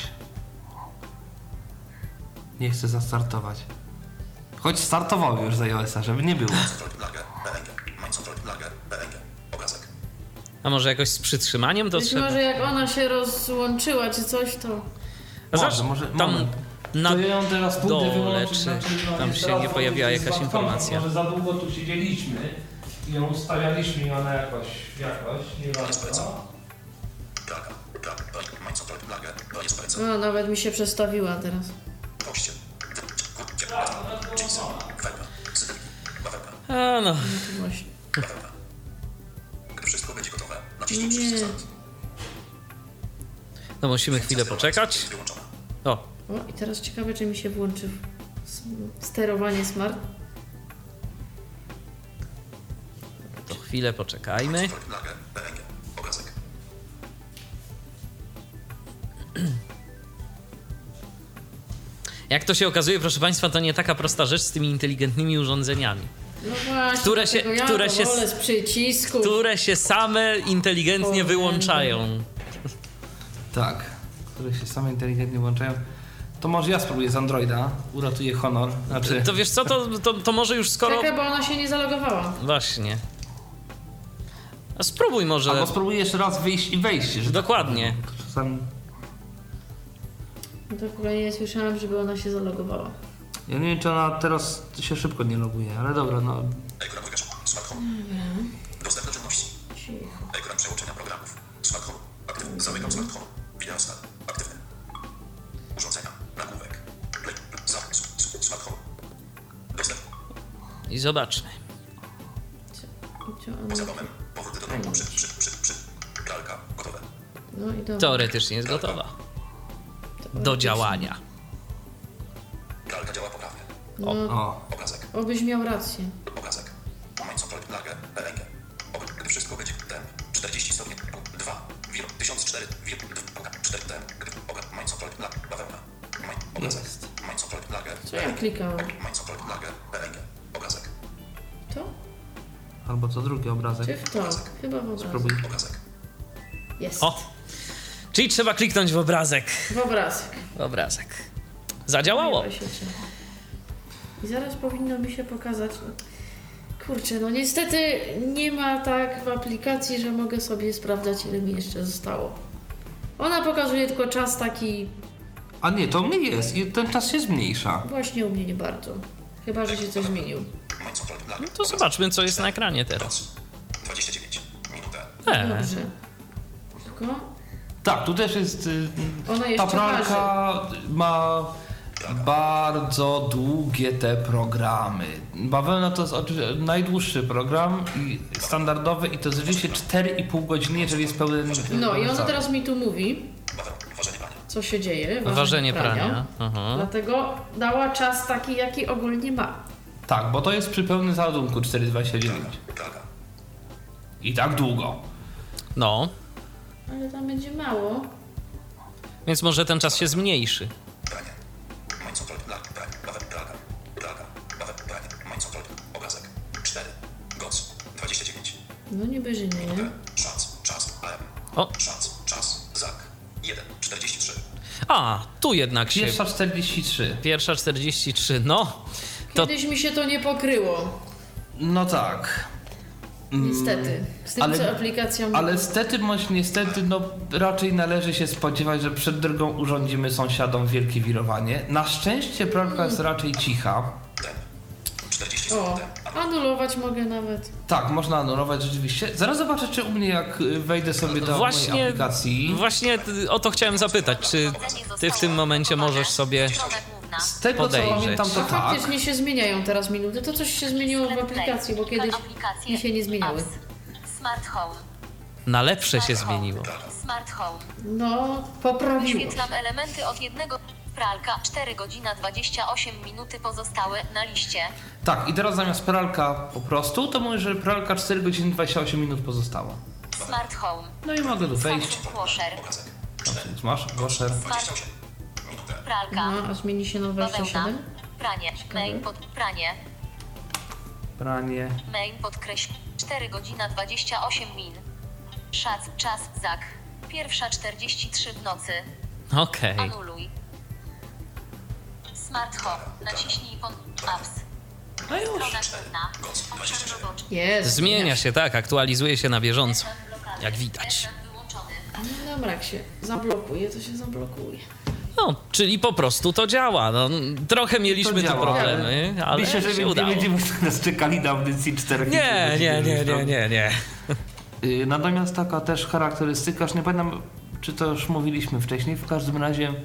Nie chcę zastartować. Choć startował już z iOS-a, żeby nie było. Control Lage. P N G. Mein Control Lage. P N G. Obrazek. A może jakoś z przytrzymaniem to Być trzeba? może jak ona się rozłączyła czy coś, to... A Może, zobacz, może, tam moment. na To ja ją teraz pójdę dole, wyłączyć, czy znaczy, no, tam jest się teraz nie pojawiła jest jakaś smartfon. informacja? Może za długo tu siedzieliśmy i ją ustawialiśmy i ona jakoś, jakoś, nie bardzo. Pralka. Pralka. Mein Control Lage. To jest polecam. No, nawet mi się przestawiła teraz. Goście. Kurcie. Jeansy. Kwelka. Sydelki. Bawełna. A no, No to właśnie. Bawełna. Gdy wszystko będzie gotowe, naciśnij Nie. przycisk start. no musimy chwilę poczekać. Jest wyłączona. O, O, i teraz ciekawe, czy mi się włączy s- sterowanie smart. to chwilę poczekajmy. Control Lage. P N G. Obrazek. Jak to się okazuje, proszę Państwa, to nie taka prosta rzecz z tymi inteligentnymi urządzeniami, No właśnie, Które się- dlatego ja które to się- wolę z przycisku. które się same inteligentnie O, wyłączają. Tak, które się same inteligentnie włączają. To może ja spróbuję z Androida, uratuję honor. Znaczy, To wiesz co, to, to, to może już skoro... Czekaj, bo ona się nie zalogowała. Właśnie. A spróbuj może... albo spróbuję jeszcze raz wyjść i wejść. Że Dokładnie. tak, czasami... No to chyba nie słyszałam, żeby ona się zalogowała. Ja nie wiem, czy ona teraz się szybko nie loguje, ale dobra, no. Ekran wygaszony. Smartphone. Dostęp do czynności. Cicho. Ekran przełączenia programów. Smartphone. Aktywny. Zamykam smartphone. Wideostat. Aktywny. Urządzenia. Nagłówek. Play. Zamk. s- s- Smartphone. Dostęp. I zobaczmy. Gdzie ona... Poza domem. Powrót do domu. Przy. Przy. Przy. Przy. Pralka. Gotowe. No i dobra. Teoretycznie jest gotowa do działania. Pralka działa poprawnie. No, O, Obrazek. obyś miał rację. Obrazek. Mein Control Lage. P N G. Oby. Gdy wszystko będzie temp. czterdzieści stopni. dwa. Wir. tysiąc cztery. Wir. cztery. Temp. Gdy. Obraz. Mein Control Lage. Bawełna. Mein. Obrazek. Jest. Mein Control Lage. Co ja klikałam? Mein Control Lage. P N G. Obrazek. To? albo co drugi obrazek. Czy w to? Chyba w obrazek. Spróbuj. Obrazek. Jest. O! Czyli trzeba kliknąć w obrazek. W obrazek. W obrazek. Zadziałało. Ja się cieszę. I zaraz powinno mi się pokazać. Kurczę, no niestety nie ma tak w aplikacji, że mogę sobie sprawdzać, ile mi jeszcze zostało. Ona pokazuje tylko czas taki, A nie, to mnie jest i ten czas się zmniejsza. właśnie u mnie nie bardzo. Chyba, że się coś zmienił. Mein Control Lage. No to zobaczmy, co jest na ekranie teraz. Noc. dwadzieścia dziewięć. Minutę. E, Dobrze. Tylko Tak, tu też jest. y, ona Ta jeszcze pralka ma bardzo długie te programy. Bawełna to jest oczywiście najdłuższy program i standardowy i to jest rzeczywiście cztery i pół godziny, jeżeli jest pełen. No i ona teraz mi tu mówi, Bawełna. Ważenie prania. co się dzieje. ważenie prania. Aha. Dlatego dała czas taki, jaki ogólnie ma. Tak, bo to jest przy pełnym załadunku cztery dwadzieścia dziewięć. Pralka. I tak długo. No. Ale tam będzie mało. Więc może ten czas się zmniejszy. Pranie. Mańco troll. Lar. Pranie. Bawek. Pralka. Pralka. Bawek. Pranie. Mańco troll. Obrazek. cztery. Goc. dwadzieścia dziewięć. No niby, że nie. Szac. Czas. A M. O. Szac. Czas. Zak. jeden. czterdzieści trzy. A, tu jednak się... Pierwsza czterdzieści trzy. Pierwsza czterdzieści trzy, no. To Kiedyś mi się to nie pokryło. No tak. Niestety. Z tym, ale- co aplikacja mi... Ale stety bądź niestety, no raczej należy się spodziewać, że przed drogą urządzimy sąsiadom wielkie wirowanie. Na szczęście pralka jest raczej cicha. Ten. czterdzieści O, sekund. anulować mogę nawet. Tak, można anulować rzeczywiście. Zaraz zobaczę, czy u mnie jak wejdę sobie do mojej właśnie, aplikacji. właśnie o to chciałem zapytać, czy ty w tym momencie możesz sobie... Strona główna. Z tego co podejrzeć. pamiętam, to A tak. faktycznie się zmieniają teraz minuty. To coś się zmieniło w aplikacji, bo kiedyś Aplikacje. mi się nie zmieniały. Apps. Smart Home. Na lepsze się Smart Home. zmieniło. Smart Home. No, poprawiło. Wyświetlam elementy od jednego. Pralka cztery godzina dwadzieścia osiem minuty pozostałe na liście. Tak, i teraz zamiast pralka po prostu, to mówię, że pralka cztery godziny dwadzieścia osiem minut pozostała. Smart Home. No i mogę tu wejść. Function Washer. Więc masz, washer. Smart Pralka. No, a zmieni się na dwadzieścia Bawełna. siedem? Pranie. Main pod pranie. Pranie. Main podkreśl. cztery godzina dwadzieścia osiem min. Szac. Czas. Zak. Pierwsza czterdzieści trzy w nocy. Okej. Anuluj. Smart Home. Naciśnij pod apps. No już. Strona główna. Obszar roboczy. Jest. Zmienia się, tak, aktualizuje się na bieżąco, jak widać. Ekran wyłączony. No dobra, jak się zablokuje, to się zablokuje. No, czyli po prostu to działa. No, trochę mieliśmy To tu działa, problemy, ale Myślę, że się nie udało. będziemy nas czekali na audycji czterech. Nie, nie, nie, nie, nie, nie. Y, Natomiast taka też charakterystyka, już nie pamiętam, czy to już mówiliśmy wcześniej, w każdym razie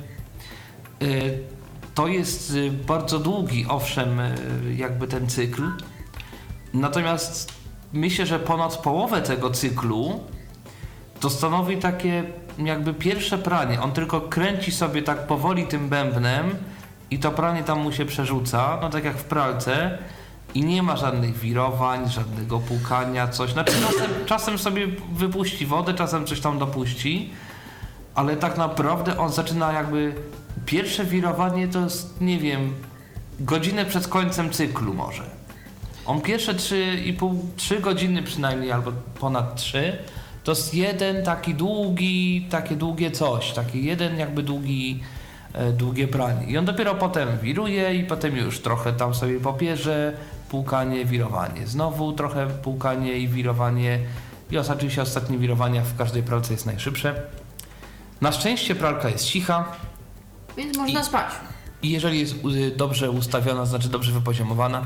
y, to jest y, bardzo długi, owszem, y, jakby ten cykl. Natomiast myślę, że ponad połowę tego cyklu to stanowi takie jakby pierwsze pranie. On tylko kręci sobie tak powoli tym bębnem i to pranie tam mu się przerzuca, no tak jak w pralce. I nie ma żadnych wirowań, żadnego płukania, coś. Znaczy czasem, czasem sobie wypuści wodę, czasem coś tam dopuści, ale tak naprawdę on zaczyna jakby... Pierwsze wirowanie to jest, nie wiem, godzinę przed końcem cyklu może. On pierwsze trzy i pół, trzy godziny przynajmniej, albo ponad trzy, to jest jeden taki długi, takie długie coś, taki jeden jakby długi, e, długie pranie. I on dopiero potem wiruje i potem już trochę tam sobie popierze, płukanie, wirowanie. Znowu trochę płukanie i wirowanie. I oczywiście ostatnie wirowania w każdej pralce jest najszybsze. Na szczęście pralka jest cicha Więc można I- spać. i jeżeli jest y, dobrze ustawiona, znaczy dobrze wypoziomowana.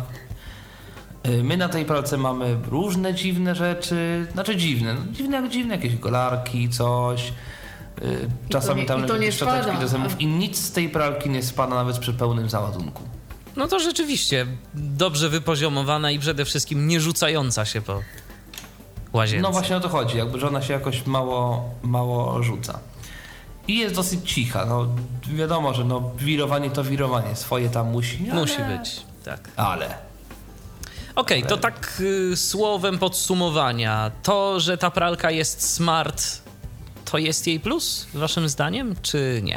y, My na tej pralce mamy różne dziwne rzeczy, znaczy dziwne, no, dziwne jak dziwne, jakieś golarki, coś. y, Czasami nie- tam i to jakieś nie szczoteczki spada, do zębów a- i nic z tej pralki nie spada nawet przy pełnym załadunku. No to rzeczywiście dobrze wypoziomowana i przede wszystkim nie rzucająca się po łazience. No właśnie o to chodzi, jakby że ona się jakoś mało, mało rzuca. I jest dosyć cicha, no wiadomo, że no wirowanie to wirowanie, swoje tam musi. Ale... Musi być, tak. Ale. Okej, to tak y, słowem podsumowania. To, że ta pralka jest smart, to jest jej plus, waszym zdaniem, czy nie?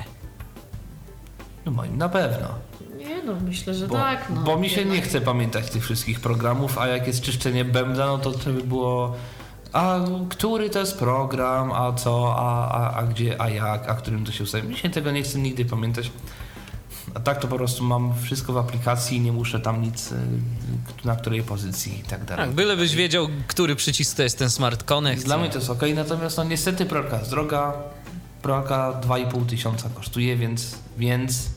No moim na pewno. Nie no, myślę, że Bo, tak. No, bo mi się jednak. nie chce pamiętać tych wszystkich programów, a jak jest czyszczenie bębna, no to trzeba by było, a który to jest program, a co, a, a, a gdzie, a jak, a którym to się ustawi. Mi się tego nie chcę nigdy pamiętać. A tak to po prostu mam wszystko w aplikacji i nie muszę tam nic, y, na której pozycji i tak dalej. Tak, bylebyś wiedział, który przycisk to jest ten smart connect. Dla mnie to jest okej, natomiast no niestety pralka jest droga. Pralka dwa i pół tysiąca kosztuje, więc, więc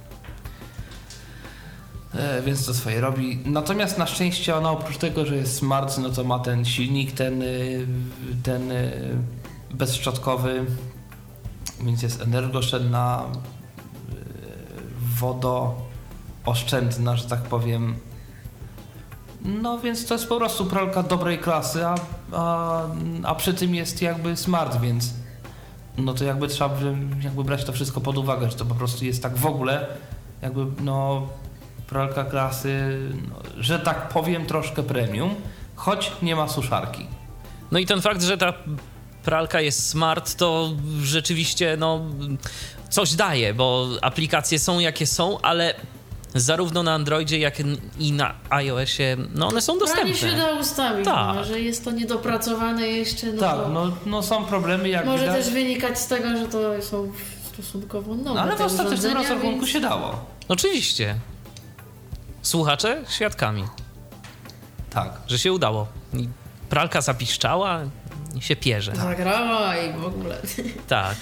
E, więc to swoje robi. Natomiast na szczęście ona oprócz tego, że jest smart, no to ma ten silnik, ten, y, ten y, bezszczotkowy, więc jest energooszczędna, y, wodooszczędna, że tak powiem. No więc to jest po prostu pralka dobrej klasy, a, a, a przy tym jest jakby smart, więc no to jakby trzeba jakby brać to wszystko pod uwagę, że to po prostu jest tak w ogóle jakby no pralka klasy, no, że tak powiem troszkę premium, choć nie ma suszarki. No i ten fakt, że ta pralka jest smart, to rzeczywiście no coś daje, bo aplikacje są jakie są, ale zarówno na Androidzie, jak i na iOSie, no one są dostępne. Pranie się da ustawić, Tak. no, że jest to niedopracowane jeszcze. No Tak, to no, no są problemy, jak może widać. też wynikać z tego, że to są stosunkowo nowe No, ale w te ostatecznym urządzenia, rozrachunku więc... się dało. Oczywiście. Słuchacze świadkami, Tak. że się udało. I pralka zapiszczała i się pierze. Zagrała i w ogóle. Tak.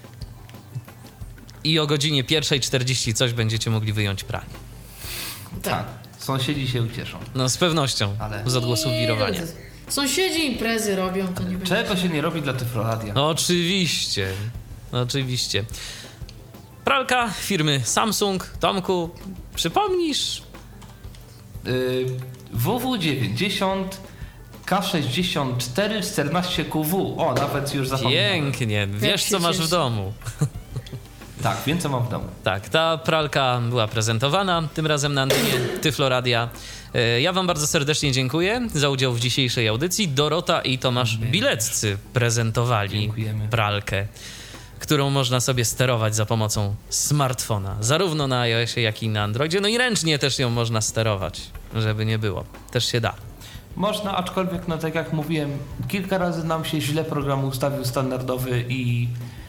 I o godzinie pierwszej czterdzieści coś będziecie mogli wyjąć pranie. Tak. Sąsiedzi się ucieszą. No z pewnością, Ale- z odgłosu wirowania. Sąsiedzi imprezy robią, to nie będzie. Czego się nie robi dla Tyfloradia? No oczywiście, oczywiście. Pralka firmy Samsung. Tomku, przypomnisz? Yy, W W dziewięćdziesiąt K sześćdziesiąt cztery czternaście Q W. O, nawet już zapomniałem. Pięknie, wiesz się co masz w cieszę. domu. Tak, wiem co mam w domu. Tak, ta pralka była prezentowana, tym razem na antenie Tyfloradia. E, Ja wam bardzo serdecznie dziękuję za udział w dzisiejszej audycji. Dorota i Tomasz Bileccy prezentowali Dziękujemy. pralkę, którą można sobie sterować za pomocą smartfona, zarówno na iOSie, jak i na Androidzie. No i ręcznie też ją można sterować, żeby nie było. Też się da. Można, aczkolwiek, no tak jak mówiłem, kilka razy nam się źle program ustawił standardowy i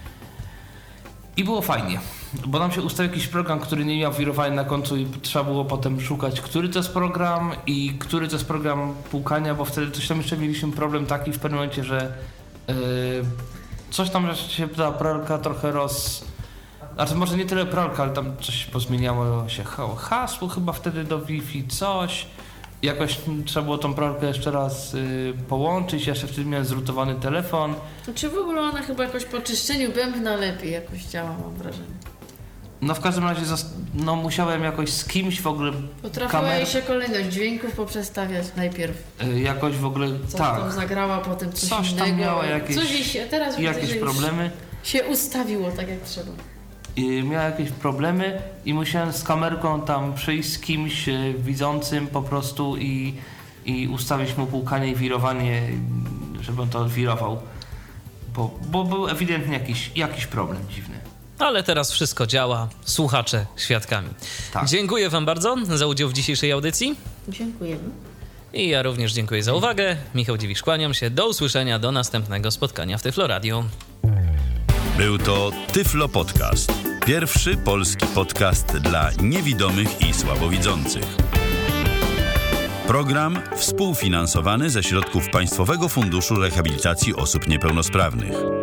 i było fajnie, bo nam się ustawił jakiś program, który nie miał wirowania na końcu i trzeba było potem szukać, który to jest program i który to jest program płukania, bo wtedy coś tam jeszcze mieliśmy problem taki w pewnym momencie, że yy, coś tam że się ta pralka trochę roz... Znaczy może nie tyle pralka, ale tam coś pozmieniało się hasło chyba wtedy do Wi-Fi, coś. Jakoś trzeba było tą pralkę jeszcze raz y, połączyć, ja jeszcze wtedy miałem zrutowany telefon. Czy w ogóle ona chyba jakoś po czyszczeniu bębna lepiej jakoś działa, mam wrażenie. No w każdym razie zas- no, musiałem jakoś z kimś w ogóle Potrafiła kamer- jej się kolejność dźwięków poprzestawiać najpierw. y, jakoś w ogóle Coś tak, tam zagrała, potem coś, Coś tam innego. miała jakieś- Coś jej się, teraz widzę, jakieś że już problemy. się ustawiło tak jak trzeba. Y, miała jakieś problemy i musiałem z kamerką tam przyjść z kimś y, widzącym po prostu i, i ustawić mu płukanie i wirowanie, żeby on to odwirował. Bo, bo był ewidentnie jakiś, jakiś problem dziwny. Ale teraz wszystko działa. Słuchacze świadkami. Tak. Dziękuję wam bardzo za udział w dzisiejszej audycji. Dziękujemy. I ja również dziękuję za uwagę. Michał Dziwisz, kłaniam się. Do usłyszenia, do następnego spotkania w Tyfloradiu. Był to Tyflo Podcast. Pierwszy polski podcast dla niewidomych i słabowidzących. Program współfinansowany ze środków Państwowego Funduszu Rehabilitacji Osób Niepełnosprawnych.